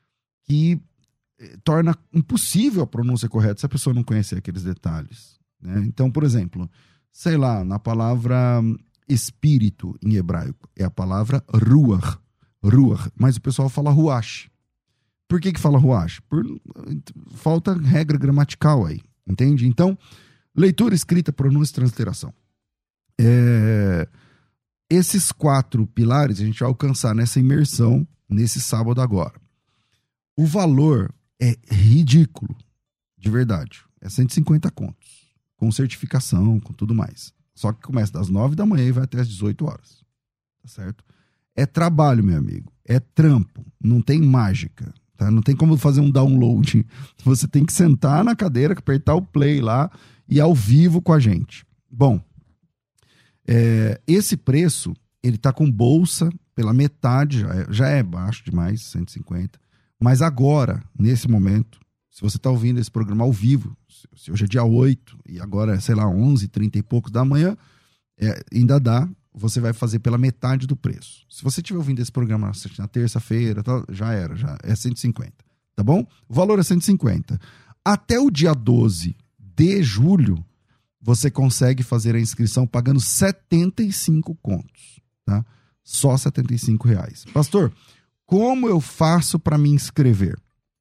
que eh, torna impossível a pronúncia correta se a pessoa não conhecer aqueles detalhes, né? Então, por exemplo, sei lá, na palavra espírito em hebraico, é a palavra ruach, ruach, mas o pessoal fala ruach. Por que que fala ruach? Por falta regra gramatical aí, entende? Então, leitura, escrita, pronúncia e transliteração. É... Esses quatro pilares a gente vai alcançar nessa imersão, nesse sábado agora. O valor é ridículo, de verdade. É cento e cinquenta contos, com certificação, com tudo mais. Só que começa das nove da manhã e vai até as dezoito horas, tá certo? É trabalho, meu amigo, é trampo, não tem mágica. Tá? Não tem como fazer um download. Você tem que sentar na cadeira, apertar o play lá e ao vivo com a gente. Bom, é, esse preço, ele tá com bolsa pela metade, já é, já é baixo demais, cento e cinquenta. Mas agora, nesse momento, se você tá ouvindo esse programa ao vivo, se hoje é dia oito e agora é, sei lá, onze, trinta e poucos da manhã, é, ainda dá. Você vai fazer pela metade do preço. Se você estiver ouvindo esse programa na terça-feira, tá, já era, já é cento e cinquenta, tá bom? O valor é cento e cinquenta. Até o dia doze de julho, você consegue fazer a inscrição pagando setenta e cinco contos. tá? Só setenta e cinco reais. Pastor, como eu faço para me inscrever?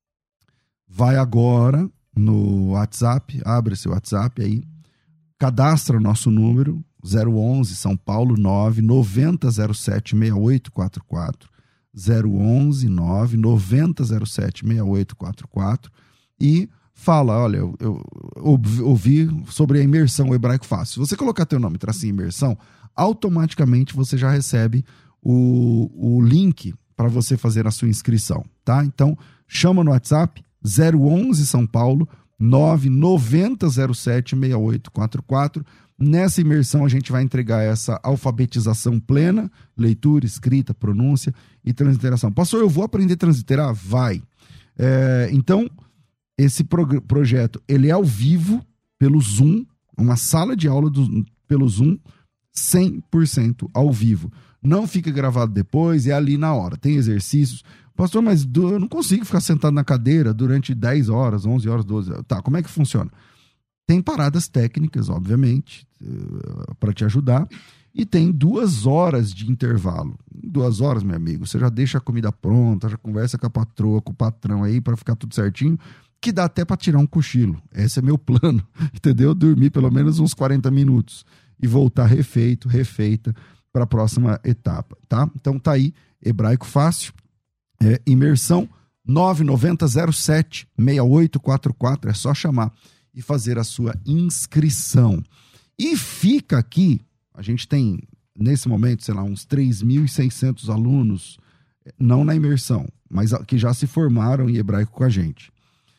Vai agora no WhatsApp, abre seu WhatsApp aí, cadastra o nosso número, zero onze São Paulo nove nove zero zero sete seis oito quatro quatro, zero onze nove nove zero zero sete seis oito quatro quatro e fala, olha, eu, eu ouvi sobre a imersão Hebraico Fácil. Se você colocar teu nome, tracinho imersão, automaticamente você já recebe o, o link para você fazer a sua inscrição, tá? Então, chama no WhatsApp, zero onze São Paulo nove nove zero zero sete seis oito quatro quatro. Nessa imersão a gente vai entregar essa alfabetização plena, leitura, escrita, pronúncia e transliteração. Pastor, eu vou aprender a transliterar? Vai. É, então, esse pro- projeto, ele é ao vivo, pelo Zoom, uma sala de aula do, pelo Zoom, cem por cento ao vivo. Não fica gravado depois, é ali na hora. Tem exercícios. Pastor, mas eu não consigo ficar sentado na cadeira durante dez horas, onze horas, doze horas. Tá, como é que funciona? Tem paradas técnicas, obviamente, para te ajudar. E tem duas horas de intervalo. Duas horas, meu amigo, você já deixa a comida pronta, já conversa com a patroa, com o patrão aí, para ficar tudo certinho, que dá até para tirar um cochilo. Esse é meu plano, entendeu? Dormir pelo menos uns quarenta minutos e voltar refeito, refeita para a próxima etapa, tá? Então tá aí, Hebraico Fácil, é, imersão nove nove zero zero sete seis oito quatro quatro, é só chamar e fazer a sua inscrição. E fica aqui, a gente tem nesse momento, sei lá, uns três mil e seiscentos alunos, não na imersão, mas que já se formaram em hebraico com a gente.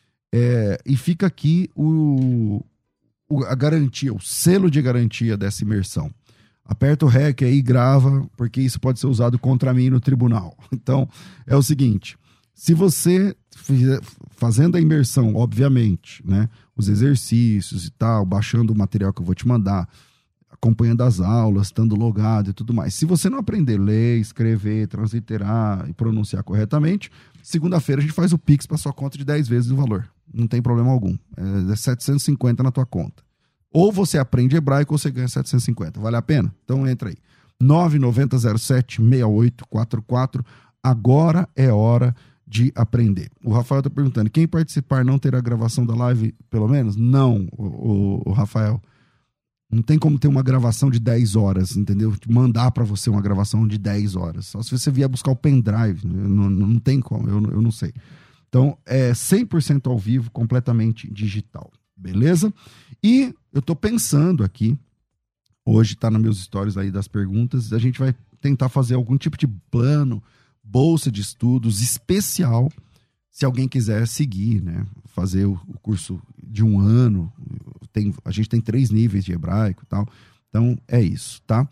É, e fica aqui o, o, a garantia, o selo de garantia dessa imersão. Aperta o REC aí e grava, porque isso pode ser usado contra mim no tribunal. Então, é o seguinte, se você fizer, fazendo a imersão, obviamente, né, os exercícios e tal, baixando o material que eu vou te mandar, acompanhando as aulas, estando logado e tudo mais. Se você não aprender a ler, escrever, transliterar e pronunciar corretamente, segunda-feira a gente faz o Pix para sua conta de dez vezes o valor. Não tem problema algum. É setecentos e cinquenta na tua conta. Ou você aprende hebraico ou você ganha setecentos e cinquenta. Vale a pena? Então entra aí. nove nove zero sete seis oito quatro quatro. Agora é hora de aprender. O Rafael está perguntando, quem participar não terá gravação da live, pelo menos? Não, o, o, o Rafael. Não tem como ter uma gravação de dez horas, entendeu? Mandar para você uma gravação de dez horas. Só se você vier buscar o pendrive. Não, não tem como, eu, eu não sei. Então, é cem por cento ao vivo, completamente digital. Beleza? E eu tô pensando aqui, hoje tá nos meus stories aí das perguntas, a gente vai tentar fazer algum tipo de plano, bolsa de estudos especial, se alguém quiser seguir, né? Fazer o, o curso de um ano. Tem, a gente tem três níveis de hebraico e tal. Então, é isso, tá?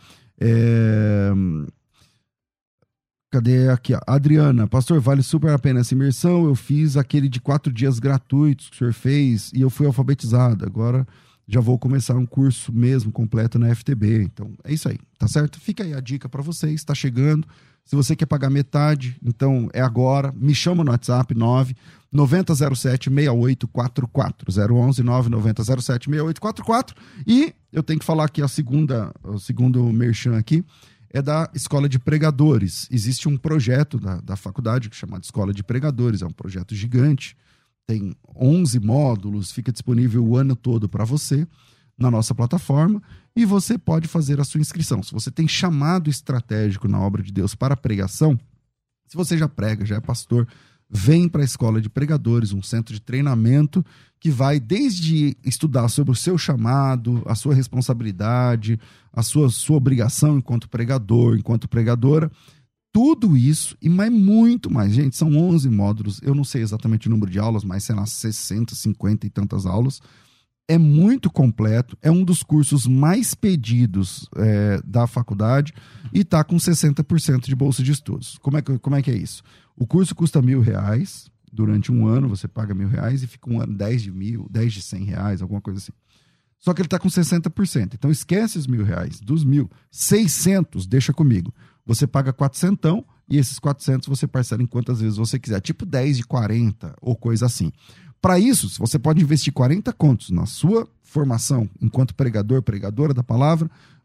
É... Cadê aqui? Ó. Adriana, pastor, vale super a pena essa imersão. Eu fiz aquele de quatro dias gratuitos que o senhor fez e eu fui alfabetizado. Agora já vou começar um curso mesmo completo na F T B. Então, é isso aí, tá certo? Fica aí a dica para vocês, tá chegando. Se você quer pagar metade, então é agora. Me chama no WhatsApp nove nove zero sete seis oito quatro quatro, zero onze nove nove zero sete seis oito quatro quatro. E eu tenho que falar aqui a segunda, o segundo merchan aqui, é da Escola de Pregadores. Existe um projeto da, da faculdade chamado Escola de Pregadores, é um projeto gigante, tem onze módulos, fica disponível o ano todo para você na nossa plataforma e você pode fazer a sua inscrição. Se você tem chamado estratégico na obra de Deus para pregação, se você já prega, já é pastor, vem para a Escola de Pregadores, um centro de treinamento que vai desde estudar sobre o seu chamado, a sua responsabilidade, a sua, sua obrigação enquanto pregador, enquanto pregadora, tudo isso e mais muito mais. Gente, são onze módulos, eu não sei exatamente o número de aulas, mas sei lá, sessenta, cinquenta e tantas aulas. É muito completo, é um dos cursos mais pedidos é, da faculdade e está com sessenta por cento de bolsa de estudos. Como é, que, como é que é isso? O curso custa mil reais, durante um ano você paga mil reais e fica um ano dez de mil, dez de cem reais, alguma coisa assim. Só que ele está com sessenta por cento, então esquece os mil reais, dos mil, seiscentos deixa comigo. Você paga quatrocentos e esses quatrocentos você parcela em quantas vezes você quiser, tipo dez de quarenta ou coisa assim. Para isso, você pode investir quarenta contos na sua formação enquanto pregador, pregadora da palavra,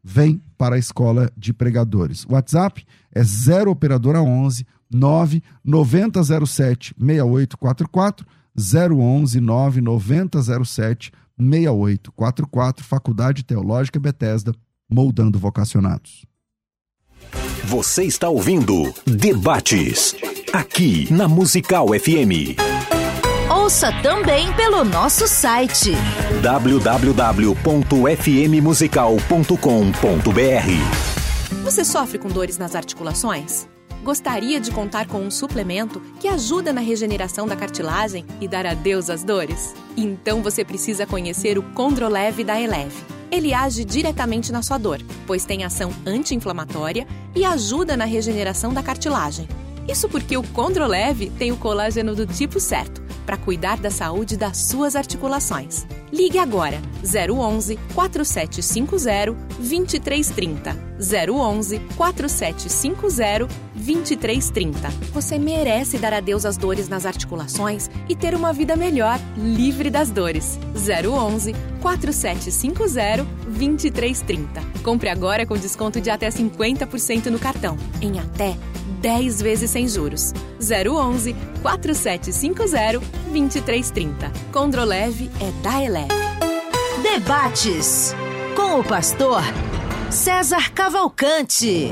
vem para a Escola de Pregadores. O WhatsApp é zero operadora onze nove noventa zero sete seis oito quatro quatro, zero onze nove noventa zero sete seis oito quatro quatro, Faculdade Teológica Bethesda, moldando vocacionados.
Você está ouvindo Debates, aqui na Musical F M.
Ouça também pelo nosso site
w w w ponto f m musical ponto com ponto b r.
Você sofre com dores nas articulações? Gostaria de contar com um suplemento que ajuda na regeneração da cartilagem e dar adeus às dores? Então você precisa conhecer o Condroleve da Eleve. Ele age diretamente na sua dor, pois tem ação anti-inflamatória e ajuda na regeneração da cartilagem. Isso porque o Condroleve tem o colágeno do tipo certo, para cuidar da saúde das suas articulações. Ligue agora, zero onze quatro sete cinco zero dois três três zero, zero onze quatro sete cinco zero dois três três zero. Você merece dar adeus às dores nas articulações e ter uma vida melhor, livre das dores. zero onze quatro sete cinco zero dois três três zero. Compre agora com desconto de até cinquenta por cento no cartão, em até dez vezes sem juros. zero onze quatro sete cinco zero dois três três zero. Condroleve é da Eleve.
Debates com o pastor César Cavalcante.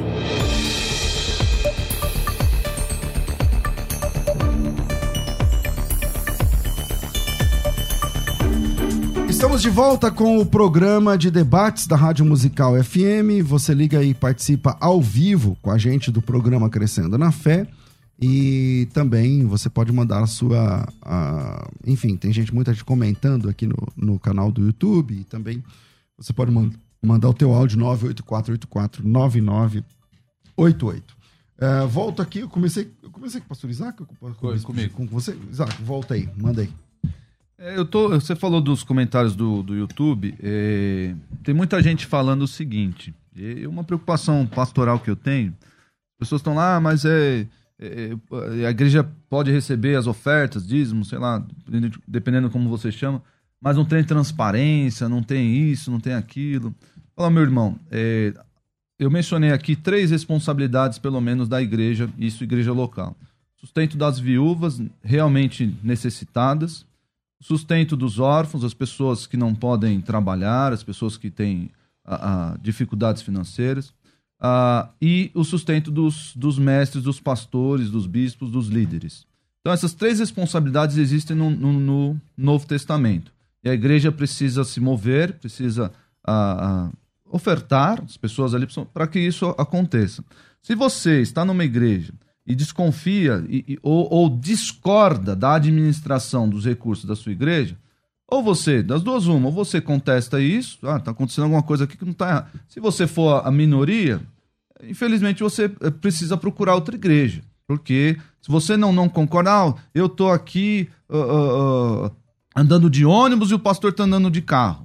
Estamos de volta com o programa de debates da Rádio Musical F M. Você liga e participa ao vivo com a gente do programa Crescendo na Fé. E também você pode mandar a sua... A, enfim, tem gente, muita gente comentando aqui no, no canal do YouTube. E também você pode man, mandar o teu áudio nove oito quatro oito quatro nove nove oito oito. É, volto aqui, eu comecei, eu comecei com o pastor Isaac? Eu comecei
comigo.
Com você? Isaac, volta aí, manda aí.
É, eu tô, você falou dos comentários do, do YouTube, é, tem muita gente falando o seguinte, é uma preocupação pastoral que eu tenho, as pessoas estão lá, mas é, é, a igreja pode receber as ofertas, dízimos, sei lá, dependendo como você chama, mas não tem transparência, não tem isso, não tem aquilo. Fala, meu irmão, é, eu mencionei aqui três responsabilidades, pelo menos, da igreja, isso, igreja local. Sustento das viúvas realmente necessitadas, sustento dos órfãos, as pessoas que não podem trabalhar, as pessoas que têm a, a, dificuldades financeiras, a, e o sustento dos, dos mestres, dos pastores, dos bispos, dos líderes. Então, essas três responsabilidades existem no, no, no Novo Testamento. E a igreja precisa se mover, precisa a, a, ofertar as pessoas ali para que isso aconteça. Se você está numa igreja e desconfia e, e, ou, ou discorda da administração dos recursos da sua igreja, ou você, das duas uma, ou você contesta isso, ah, está acontecendo alguma coisa aqui que não está errado. Se você for a minoria, infelizmente você precisa procurar outra igreja, porque se você não, não concorda, ah, eu estou aqui uh, uh, uh, andando de ônibus e o pastor está andando de carro.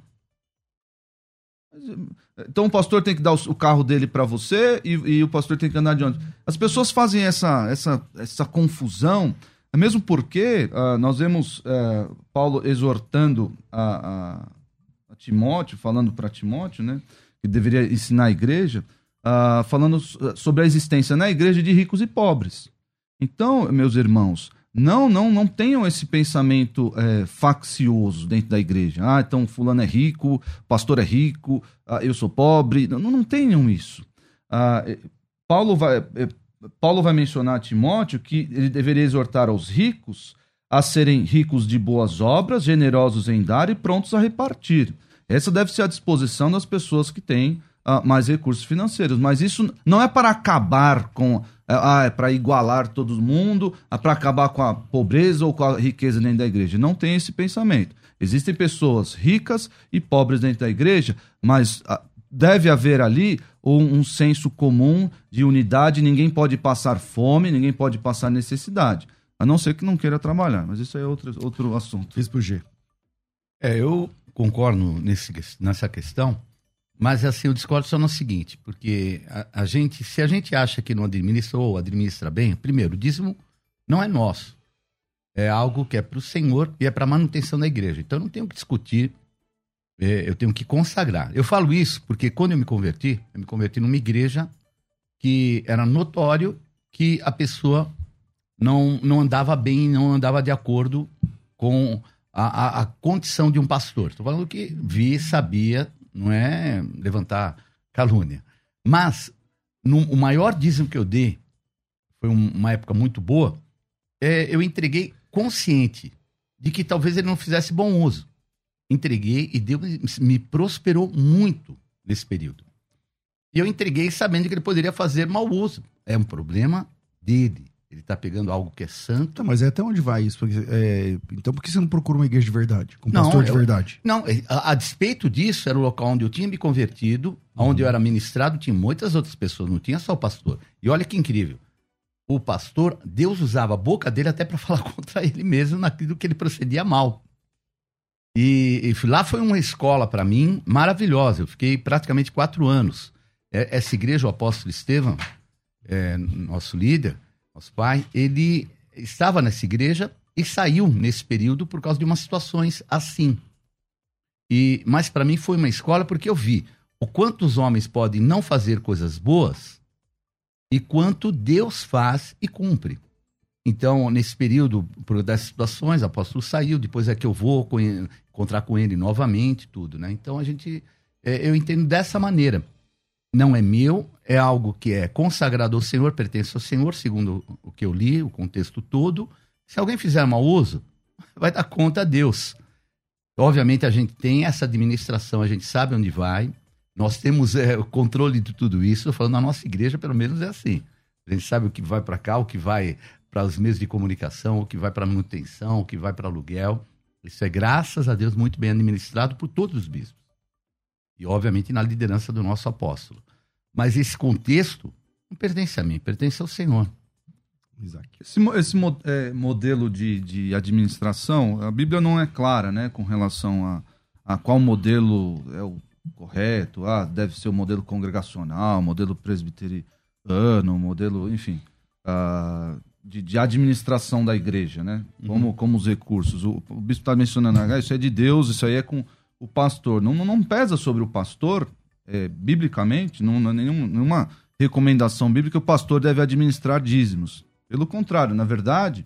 Então o pastor tem que dar o carro dele para você e, e o pastor tem que andar de ônibus. As pessoas fazem essa, essa, essa confusão, mesmo porque uh, nós vemos uh, Paulo exortando a, a, a Timóteo, falando para Timóteo, né, que deveria ensinar a igreja, uh, falando sobre a existência na igreja de ricos e pobres. Então, meus irmãos, Não, não, não tenham esse pensamento é, faccioso dentro da igreja. Ah, então fulano é rico, pastor é rico, ah, eu sou pobre. Não, não tenham isso. Ah, Paulo, vai, Paulo vai mencionar a Timóteo que ele deveria exortar aos ricos a serem ricos de boas obras, generosos em dar e prontos a repartir. Essa deve ser a disposição das pessoas que têm ah, mais recursos financeiros. Mas isso não é para acabar com... Ah, é para igualar todo mundo, é para acabar com a pobreza ou com a riqueza dentro da igreja. Não tem esse pensamento. Existem pessoas ricas e pobres dentro da igreja, mas ah, deve haver ali um, um senso comum de unidade. Ninguém pode passar fome, ninguém pode passar necessidade, a não ser que não queira trabalhar. Mas isso é outro, outro assunto.
Fiz pro G.
É, eu concordo nesse, nessa questão. Mas assim, eu discordo só no seguinte, porque a, a gente, se a gente acha que não administra ou administra bem, primeiro, o dízimo não é nosso. É algo que é para o Senhor e é para a manutenção da igreja. Então não tem o que discutir é, eu tenho que consagrar. Eu falo isso porque quando eu me converti, eu me converti numa igreja que era notório que a pessoa não, não andava bem, não andava de acordo com a, a, a condição de um pastor. Estou falando que vi, sabia, não é levantar calúnia. Mas no, o maior dízimo que eu dei, foi um, uma época muito boa, é, eu entreguei consciente de que talvez ele não fizesse bom uso. Entreguei e Deus me prosperou muito nesse período. E eu entreguei sabendo que ele poderia fazer mau uso. É um problema dele. Ele está pegando algo que é santo.
Então, mas é até onde vai isso? Porque, é, então por que você não procura uma igreja de verdade? Com um pastor
não,
de
eu,
verdade?
Não, a, a despeito disso, era o local onde eu tinha me convertido, uhum. onde eu era ministrado, tinha muitas outras pessoas, não tinha só o pastor. E olha que incrível. O pastor, Deus usava a boca dele até para falar contra ele mesmo naquilo que ele procedia mal. E, e lá foi uma escola para mim maravilhosa. Eu fiquei praticamente quatro anos. Essa igreja, o apóstolo Estevão, é, nosso líder, nosso pai, ele estava nessa igreja e saiu nesse período por causa de umas situações assim. E, mas para mim foi uma escola porque eu vi o quanto os homens podem não fazer coisas boas e quanto Deus faz e cumpre. Então, nesse período, por dessas situações, o apóstolo saiu, depois é que eu vou com ele, encontrar com ele novamente, tudo, né? Então, a gente, é, eu entendo dessa maneira. Não é meu, é algo que é consagrado ao Senhor, pertence ao Senhor, segundo o que eu li, o contexto todo. Se alguém fizer mau uso, vai dar conta a Deus. Obviamente, a gente tem essa administração, a gente sabe onde vai, nós temos é, o controle de tudo isso. Falando na nossa igreja, pelo menos é assim. A gente sabe o que vai para cá, o que vai para os meios de comunicação, o que vai para manutenção, o que vai para aluguel. Isso é, graças a Deus, muito bem administrado por todos os bispos. E, obviamente, na liderança do nosso apóstolo. Mas esse contexto não pertence a mim, pertence ao Senhor.
Isaac. Esse, esse é, modelo de, de administração, a Bíblia não é clara, né, com relação a, a qual modelo é o correto. Ah, deve ser o modelo congregacional, modelo presbiteriano, modelo, enfim, uh, de, de administração da igreja, né? Como, uhum. como os recursos. O, o bispo está mencionando, ah, isso é de Deus, isso aí é com o pastor. Não, não pesa sobre o pastor, é, biblicamente, não, não é nenhum, nenhuma recomendação bíblica, o pastor deve administrar dízimos. Pelo contrário, na verdade,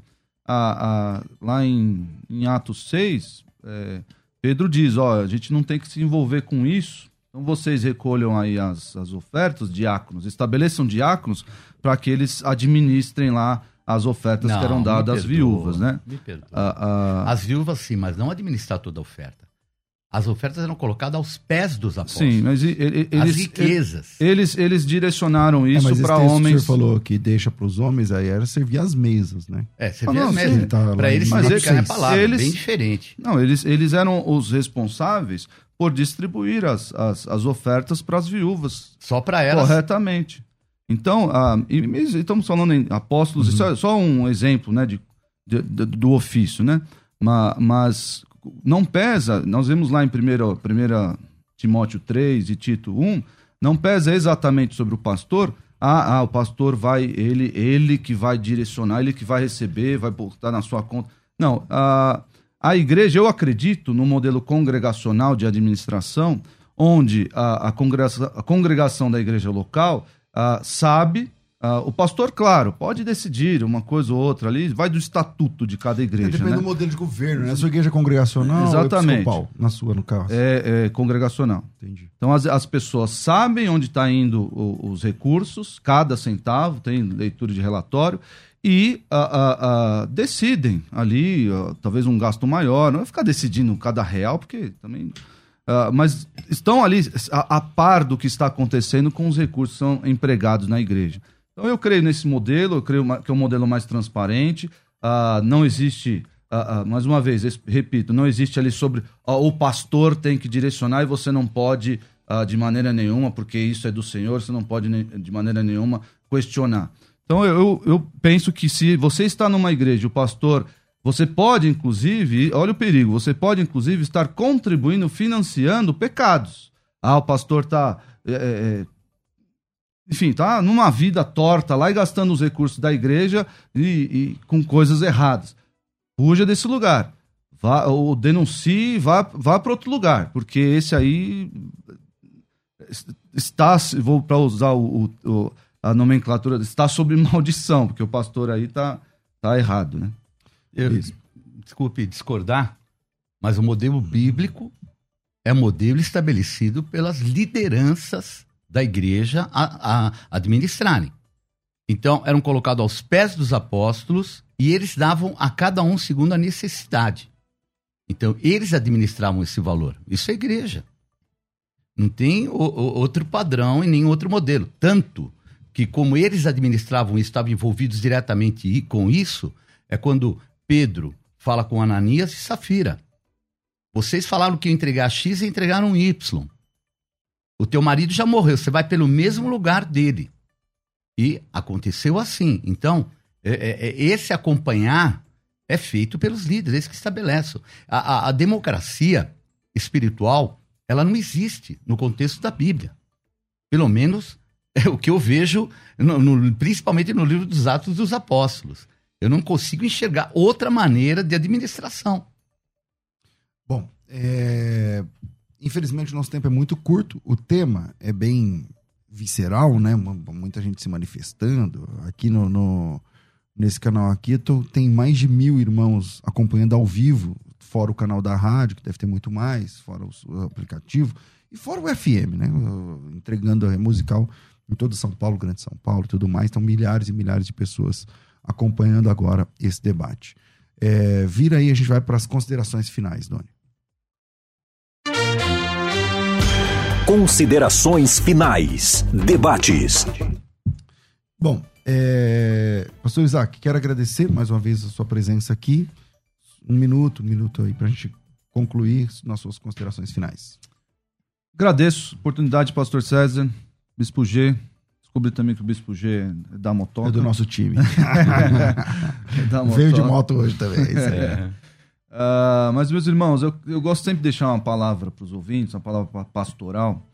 a, a, lá em, em Atos seis, é, Pedro diz, ó, a gente não tem que se envolver com isso, então vocês recolham aí as, as ofertas, diáconos, estabeleçam diáconos para que eles administrem lá as ofertas não, que eram dadas às viúvas, né?
Me perdoa.
A, a...
As viúvas sim, mas não administrar toda a oferta. As ofertas eram colocadas aos pés dos apóstolos.
Sim, mas eles,
as riquezas.
Eles, eles direcionaram isso
é,
para homens.
O senhor falou que deixa para os homens, aí era servir as mesas, né?
É, servir
ah, não,
as mesas.
Tá
para eles significar a palavra,
eles,
bem diferente.
Não, eles, eles eram os responsáveis por distribuir as, as, as ofertas para as viúvas.
Só para elas.
Corretamente. Então, ah, e, e estamos falando em apóstolos, uhum. isso é só um exemplo, né, de, de, de, do ofício, né? Mas, mas não pesa, nós vemos lá em primeiro Timóteo três e Tito um, não pesa exatamente sobre o pastor, ah, ah, o pastor vai, ele, ele que vai direcionar, ele que vai receber, vai botar na sua conta. Não, a, a igreja, eu acredito no modelo congregacional de administração, onde a, a, congregação, a congregação da igreja local Uh, sabe, uh, o pastor, claro, pode decidir uma coisa ou outra ali, vai do estatuto de cada igreja. É,
depende
né?
do modelo de governo, né? A sua igreja é congregacional
exatamente.
Ou é na sua, no caso?
É, é congregacional.
Entendi.
Então as, as pessoas sabem onde está indo o, os recursos, cada centavo, tem leitura de relatório, e uh, uh, uh, decidem ali, uh, talvez um gasto maior, não vai ficar decidindo cada real, porque também... Uh, mas estão ali a, a par do que está acontecendo com os recursos que são empregados na igreja. Então eu creio nesse modelo, eu creio que é um modelo mais transparente, uh, não existe, uh, uh, mais uma vez, repito, não existe ali sobre uh, o pastor tem que direcionar e você não pode uh, de maneira nenhuma, porque isso é do Senhor, você não pode de maneira nenhuma questionar. Então eu, eu, eu penso que se você está numa igreja e o pastor... Você pode, inclusive, olha o perigo, você pode, inclusive, estar contribuindo, financiando pecados. Ah, o pastor está, é, é, enfim, está numa vida torta lá e gastando os recursos da igreja e, e com coisas erradas. Fuja desse lugar. vá, ou denuncie, vá, vá para outro lugar, porque esse aí está, vou para usar o, o, a nomenclatura, está sob maldição, porque o pastor aí está tá errado, né?
Eu, desculpe discordar, mas o modelo bíblico é modelo estabelecido pelas lideranças da igreja a, a administrarem. Então, eram colocados aos pés dos apóstolos e eles davam a cada um segundo a necessidade. Então, eles administravam esse valor. Isso é igreja. Não tem o, o, outro padrão e nem outro modelo. Tanto que, como eles administravam e estavam envolvidos diretamente com isso, é quando Pedro fala com Ananias e Safira. Vocês falaram que ia entregar X e entregaram Y. O teu marido já morreu, você vai pelo mesmo lugar dele. E aconteceu assim. Então, é, é, esse acompanhar é feito pelos líderes, eles que estabelecem. A, a, a democracia espiritual, ela não existe no contexto da Bíblia. Pelo menos é o que eu vejo, no, no, principalmente no livro dos Atos dos Apóstolos. Eu não consigo enxergar outra maneira de administração.
Bom, é... infelizmente o nosso tempo é muito curto. O tema é bem visceral, né? Muita gente se manifestando. Aqui no, no... nesse canal aqui tô... tem mais de mil irmãos acompanhando ao vivo, fora o canal da rádio, que deve ter muito mais, fora o aplicativo, e fora o F M, né? Entregando a musical em todo São Paulo, Grande São Paulo e tudo mais. Então, milhares e milhares de pessoas acompanhando agora esse debate. É, vira aí, a gente vai para as considerações finais, Doni.
Considerações finais. Debates.
Bom, é... pastor Isaac, quero agradecer mais uma vez a sua presença aqui. Um minuto, um minuto aí para a gente concluir nas suas considerações finais.
Agradeço a oportunidade, pastor César, Bispo G. Descobri também que o Bispo G é da motoca.
É do nosso time.
é da motoca.
Veio de moto hoje também.
É. Uh, mas, meus irmãos, eu, eu gosto sempre de deixar uma palavra para os ouvintes, uma palavra pastoral,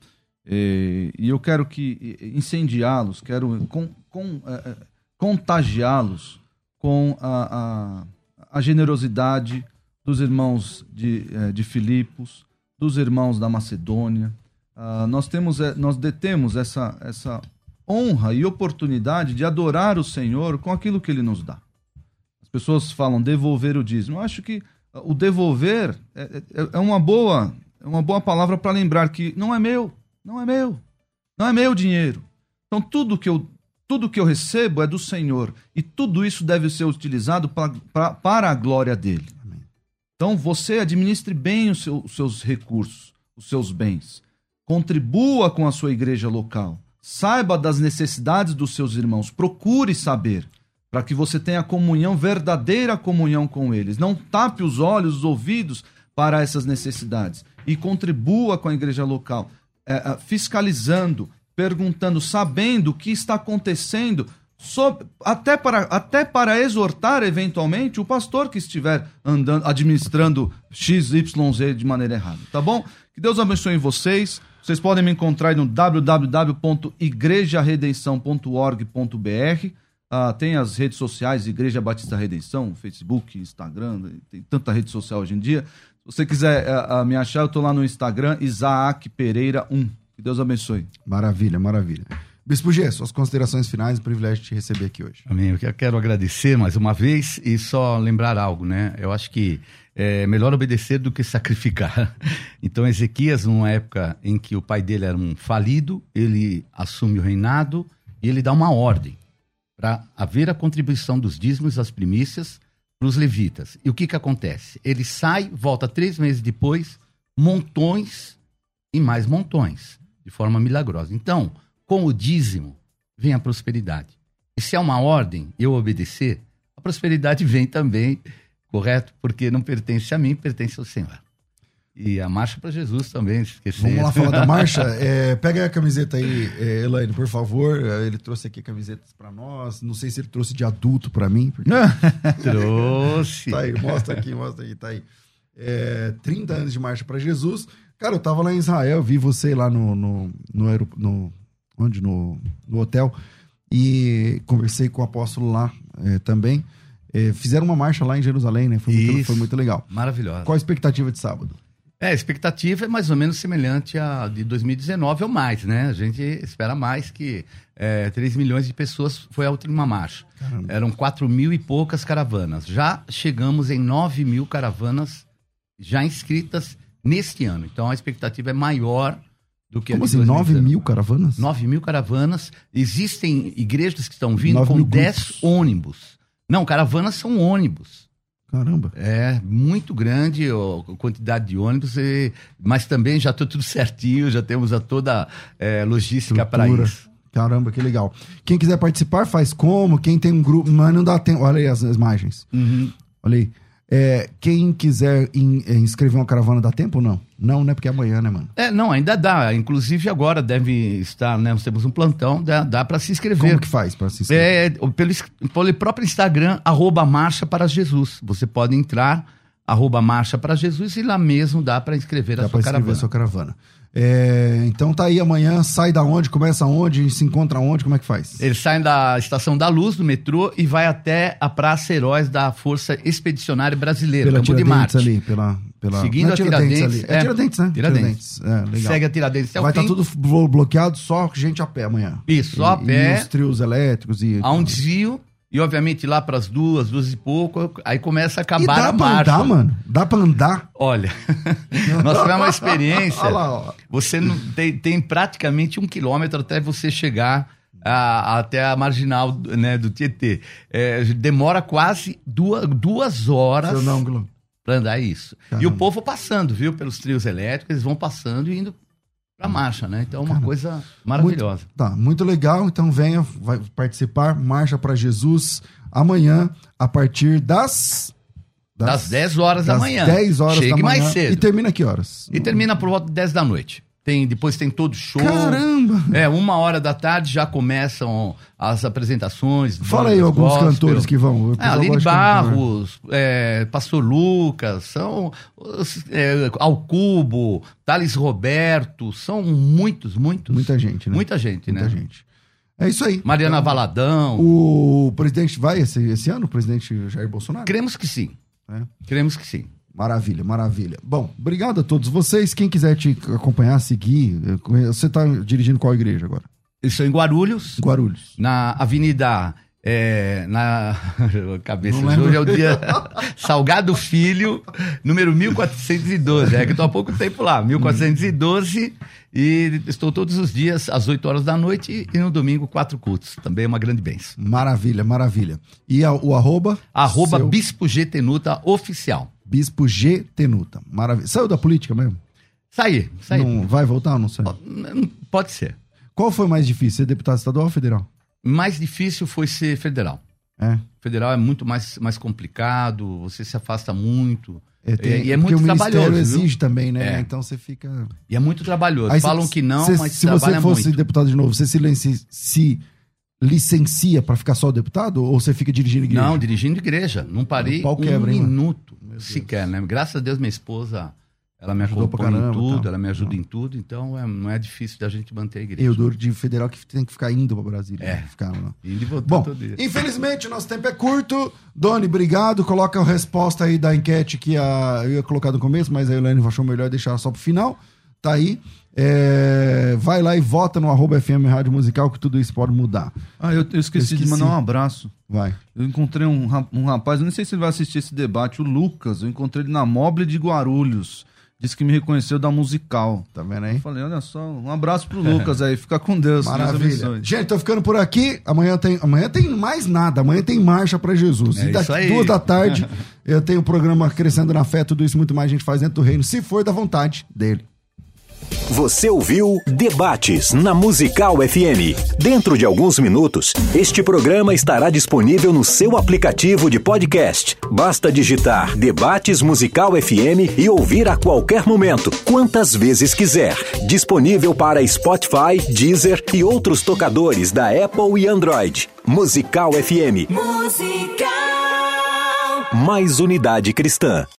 e, e eu quero que incendiá-los, quero com, com, é, contagiá-los com a, a, a generosidade dos irmãos de, de Filipos, dos irmãos da Macedônia. Uh, nós, temos, nós detemos essa, essa honra e oportunidade de adorar o Senhor com aquilo que Ele nos dá. As pessoas falam devolver o dízimo. Eu acho que o devolver é, é, é uma boa, é uma boa palavra para lembrar que não é meu, não é meu, não é meu dinheiro. Então tudo que eu, tudo que eu recebo é do Senhor e tudo isso deve ser utilizado pra, pra, para a glória dele. Amém. Então você administre bem os, seu, os seus recursos, os seus bens. Contribua com a sua igreja local. Saiba das necessidades dos seus irmãos. Procure saber, para que você tenha comunhão, verdadeira comunhão com eles. Não tape os olhos, os ouvidos para essas necessidades. E contribua com a igreja local, é, fiscalizando, perguntando, sabendo o que está acontecendo, sob, até, para, até para exortar, eventualmente, o pastor que estiver andando, administrando X Y Z de maneira errada. Tá bom? Que Deus abençoe vocês. Vocês podem me encontrar no w w w ponto igreja redenção ponto org ponto b r. Ah, tem as redes sociais, Igreja Batista Redenção, Facebook, Instagram, tem tanta rede social hoje em dia. Se você quiser uh, uh, me achar, eu estou lá no Instagram, Isaac Pereira um. Que Deus abençoe.
Maravilha, maravilha. Bispo G, suas considerações finais, um privilégio de te receber aqui hoje.
Amém. Eu quero agradecer mais uma vez e só lembrar algo, né? Eu acho que é melhor obedecer do que sacrificar. Então, Ezequias, numa época em que o pai dele era um falido, ele assume o reinado e ele dá uma ordem para haver a contribuição dos dízimos e as primícias para os levitas. E o que que acontece? Ele sai, volta três meses depois, montões e mais montões, de forma milagrosa. Então, com o dízimo, vem a prosperidade. E se é uma ordem, eu obedecer, a prosperidade vem também, correto? Porque não pertence a mim, pertence ao Senhor. E a marcha para Jesus também, esqueci.
Vamos lá falar da marcha? É, pega a camiseta aí, é, Elaine, por favor. Ele trouxe aqui camisetas para nós. Não sei se ele trouxe de adulto para mim. Porque...
trouxe.
Tá aí, mostra aqui, mostra aí, tá aí. É, trinta anos de marcha para Jesus. Cara, eu tava lá em Israel, vi você lá no... no, no, aerop... no onde? No, no hotel. E conversei com o apóstolo lá é, também. É, fizeram uma marcha lá em Jerusalém, né? Foi muito, foi muito legal.
Maravilhosa.
Qual a expectativa de sábado?
É, a expectativa é mais ou menos semelhante à de dois mil e dezenove ou mais, né? A gente espera mais que é, três milhões de pessoas foi a última marcha. Caramba. Eram quatro mil e poucas caravanas. Já chegamos em nove mil caravanas já inscritas neste ano. Então a expectativa é maior do que
Como
a de
assim,
dois mil e dezenove.
nove mil caravanas?
nove mil caravanas. Existem igrejas que estão vindo com dez ônibus. Não, caravanas são ônibus.
Caramba.
É muito grande a quantidade de ônibus, e, mas também já está tudo certinho, já temos a toda é, logística para isso.
Caramba, que legal. Quem quiser participar, faz como? Quem tem um grupo... Mas não dá tempo. Olha aí as, as imagens.
Uhum.
Olha aí. É, quem quiser in, é, inscrever uma caravana, dá tempo ou não? Não, né? Porque é amanhã, né, mano?
É, não, ainda dá. Inclusive agora deve estar, né? Nós temos um plantão, dá, dá para se inscrever.
Como que faz para se inscrever?
É, pelo, pelo próprio Instagram, arroba Marcha para Jesus. Você pode entrar, arroba Marcha para Jesus, e lá mesmo dá para inscrever
dá
a sua
inscrever
caravana.
A sua caravana. É, então tá aí amanhã, sai da onde, começa onde, se encontra onde, como é que faz?
Eles saem da Estação da Luz, do metrô, e vai até a Praça Heróis da Força Expedicionária Brasileira,
pela
Campo de Marte.
ali, pela, pela...
Seguindo a Tiradentes.
Ali. É, é Tiradentes, né?
Tiradentes.
Tiradentes. É, legal.
Segue a Tiradentes até
vai
o fim.
estar tudo blo- bloqueado, só gente a pé amanhã.
Isso, só a
e,
pé.
E os trios elétricos e...
Há um desvio. E, obviamente, lá para as duas, duas e pouco, aí começa a acabar a marcha.
Dá pra andar, mano? Dá pra andar?
Olha, nós tivemos uma experiência.
Olha lá, ó.
Você não, tem, tem praticamente um quilômetro até você chegar a, até a marginal, né, do Tietê. É, demora quase duas, duas horas para andar isso. Caramba. E o povo passando, viu, pelos trios elétricos, eles vão passando e indo pra marcha, né? Então é uma Cara, coisa maravilhosa.
Muito, tá, muito legal. Então venha, vai participar. Marcha para Jesus amanhã, a partir das...
Das, das dez horas
das
da manhã.
dez horas
Chegue
da manhã.
mais cedo.
E termina que horas?
E termina por volta de dez da noite. Tem, depois tem todo show.
Caramba!
É, uma hora da tarde já começam as apresentações.
Fala aí alguns gospel. cantores que vão.
É, Aline Barros, é, Pastor Lucas, são é, Ao Cubo, Thales Roberto, são muitos, muitos.
Muita gente, né?
Muita gente,
Muita
né?
gente. É isso aí.
Mariana então, Valadão.
O presidente vai esse, esse ano, o presidente Jair Bolsonaro?
Cremos que sim.
É.
Cremos que sim.
Maravilha, maravilha. Bom, obrigado a todos vocês. Quem quiser te acompanhar, seguir, você está dirigindo qual igreja agora?
Eu sou em Guarulhos.
Guarulhos.
Na Avenida... É, na cabeça de hoje é o dia Salgado Filho, número mil quatrocentos e doze. É que estou há pouco tempo lá, mil quatrocentos e doze, e estou todos os dias às oito horas da noite e no domingo quatro cultos. Também é uma grande bênção.
Maravilha, maravilha. E a, o arroba?
Arroba seu... Bispo G Tenuta Oficial.
Bispo G Tenuta. Maravilha. Saiu da política mesmo?
Saí, saí.
Não vai voltar ou não sei?
Pode ser.
Qual foi mais difícil, ser deputado estadual ou federal?
Mais difícil foi ser federal.
É.
Federal é muito mais, mais complicado, você se afasta muito.
É, tem,
e é muito trabalhoso.
O Ministério exige também, né?
É.
Então você fica...
E é muito trabalhoso. Aí Falam cê, que não,
cê,
mas
se
trabalha
você fosse
muito.
deputado de novo, você se, licenci, se licencia para ficar só deputado ou você fica dirigindo igreja?
Não, dirigindo igreja. Não parei um quebra, hein, minuto sequer, né? Graças a Deus minha esposa... Ela me
Ajudou
acompanha caramba, em tudo,
tá.
ela me ajuda
tá.
em tudo, então é, não é difícil da gente manter a igreja.
Eu duro de federal que tem que ficar indo para Brasília.
É,
ficar, não.
Indo e voltando
Bom,
todo dia.
Infelizmente o nosso tempo é curto. Doni, obrigado. Coloca a resposta aí da enquete que a... eu ia colocar no começo, mas a Elaine achou melhor deixar só pro final. Tá aí. É... Vai lá e vota no arroba F M Rádio Musical que tudo isso pode mudar.
Ah, eu, eu, esqueci, eu esqueci de mandar um abraço.
Vai.
Eu encontrei um, um rapaz, eu não sei se ele vai assistir esse debate, o Lucas. Eu encontrei ele na Mobile de Guarulhos. Disse que me reconheceu da Musical.
Tá vendo aí?
Eu falei, olha só, um abraço pro Lucas aí. Fica com Deus.
Maravilha. Gente, tô ficando por aqui. Amanhã tem, amanhã tem mais nada. Amanhã tem Marcha pra Jesus.
É
e daqui duas da tarde eu tenho o programa Crescendo na Fé. Tudo isso muito mais a gente faz dentro do reino, se for da vontade dele.
Você ouviu Debates na Musical F M. Dentro de alguns minutos, este programa estará disponível no seu aplicativo de podcast. Basta digitar Debates Musical F M e ouvir a qualquer momento, quantas vezes quiser. Disponível para Spotify, Deezer e outros tocadores da Apple e Android. Musical F M. Musical. Mais unidade cristã.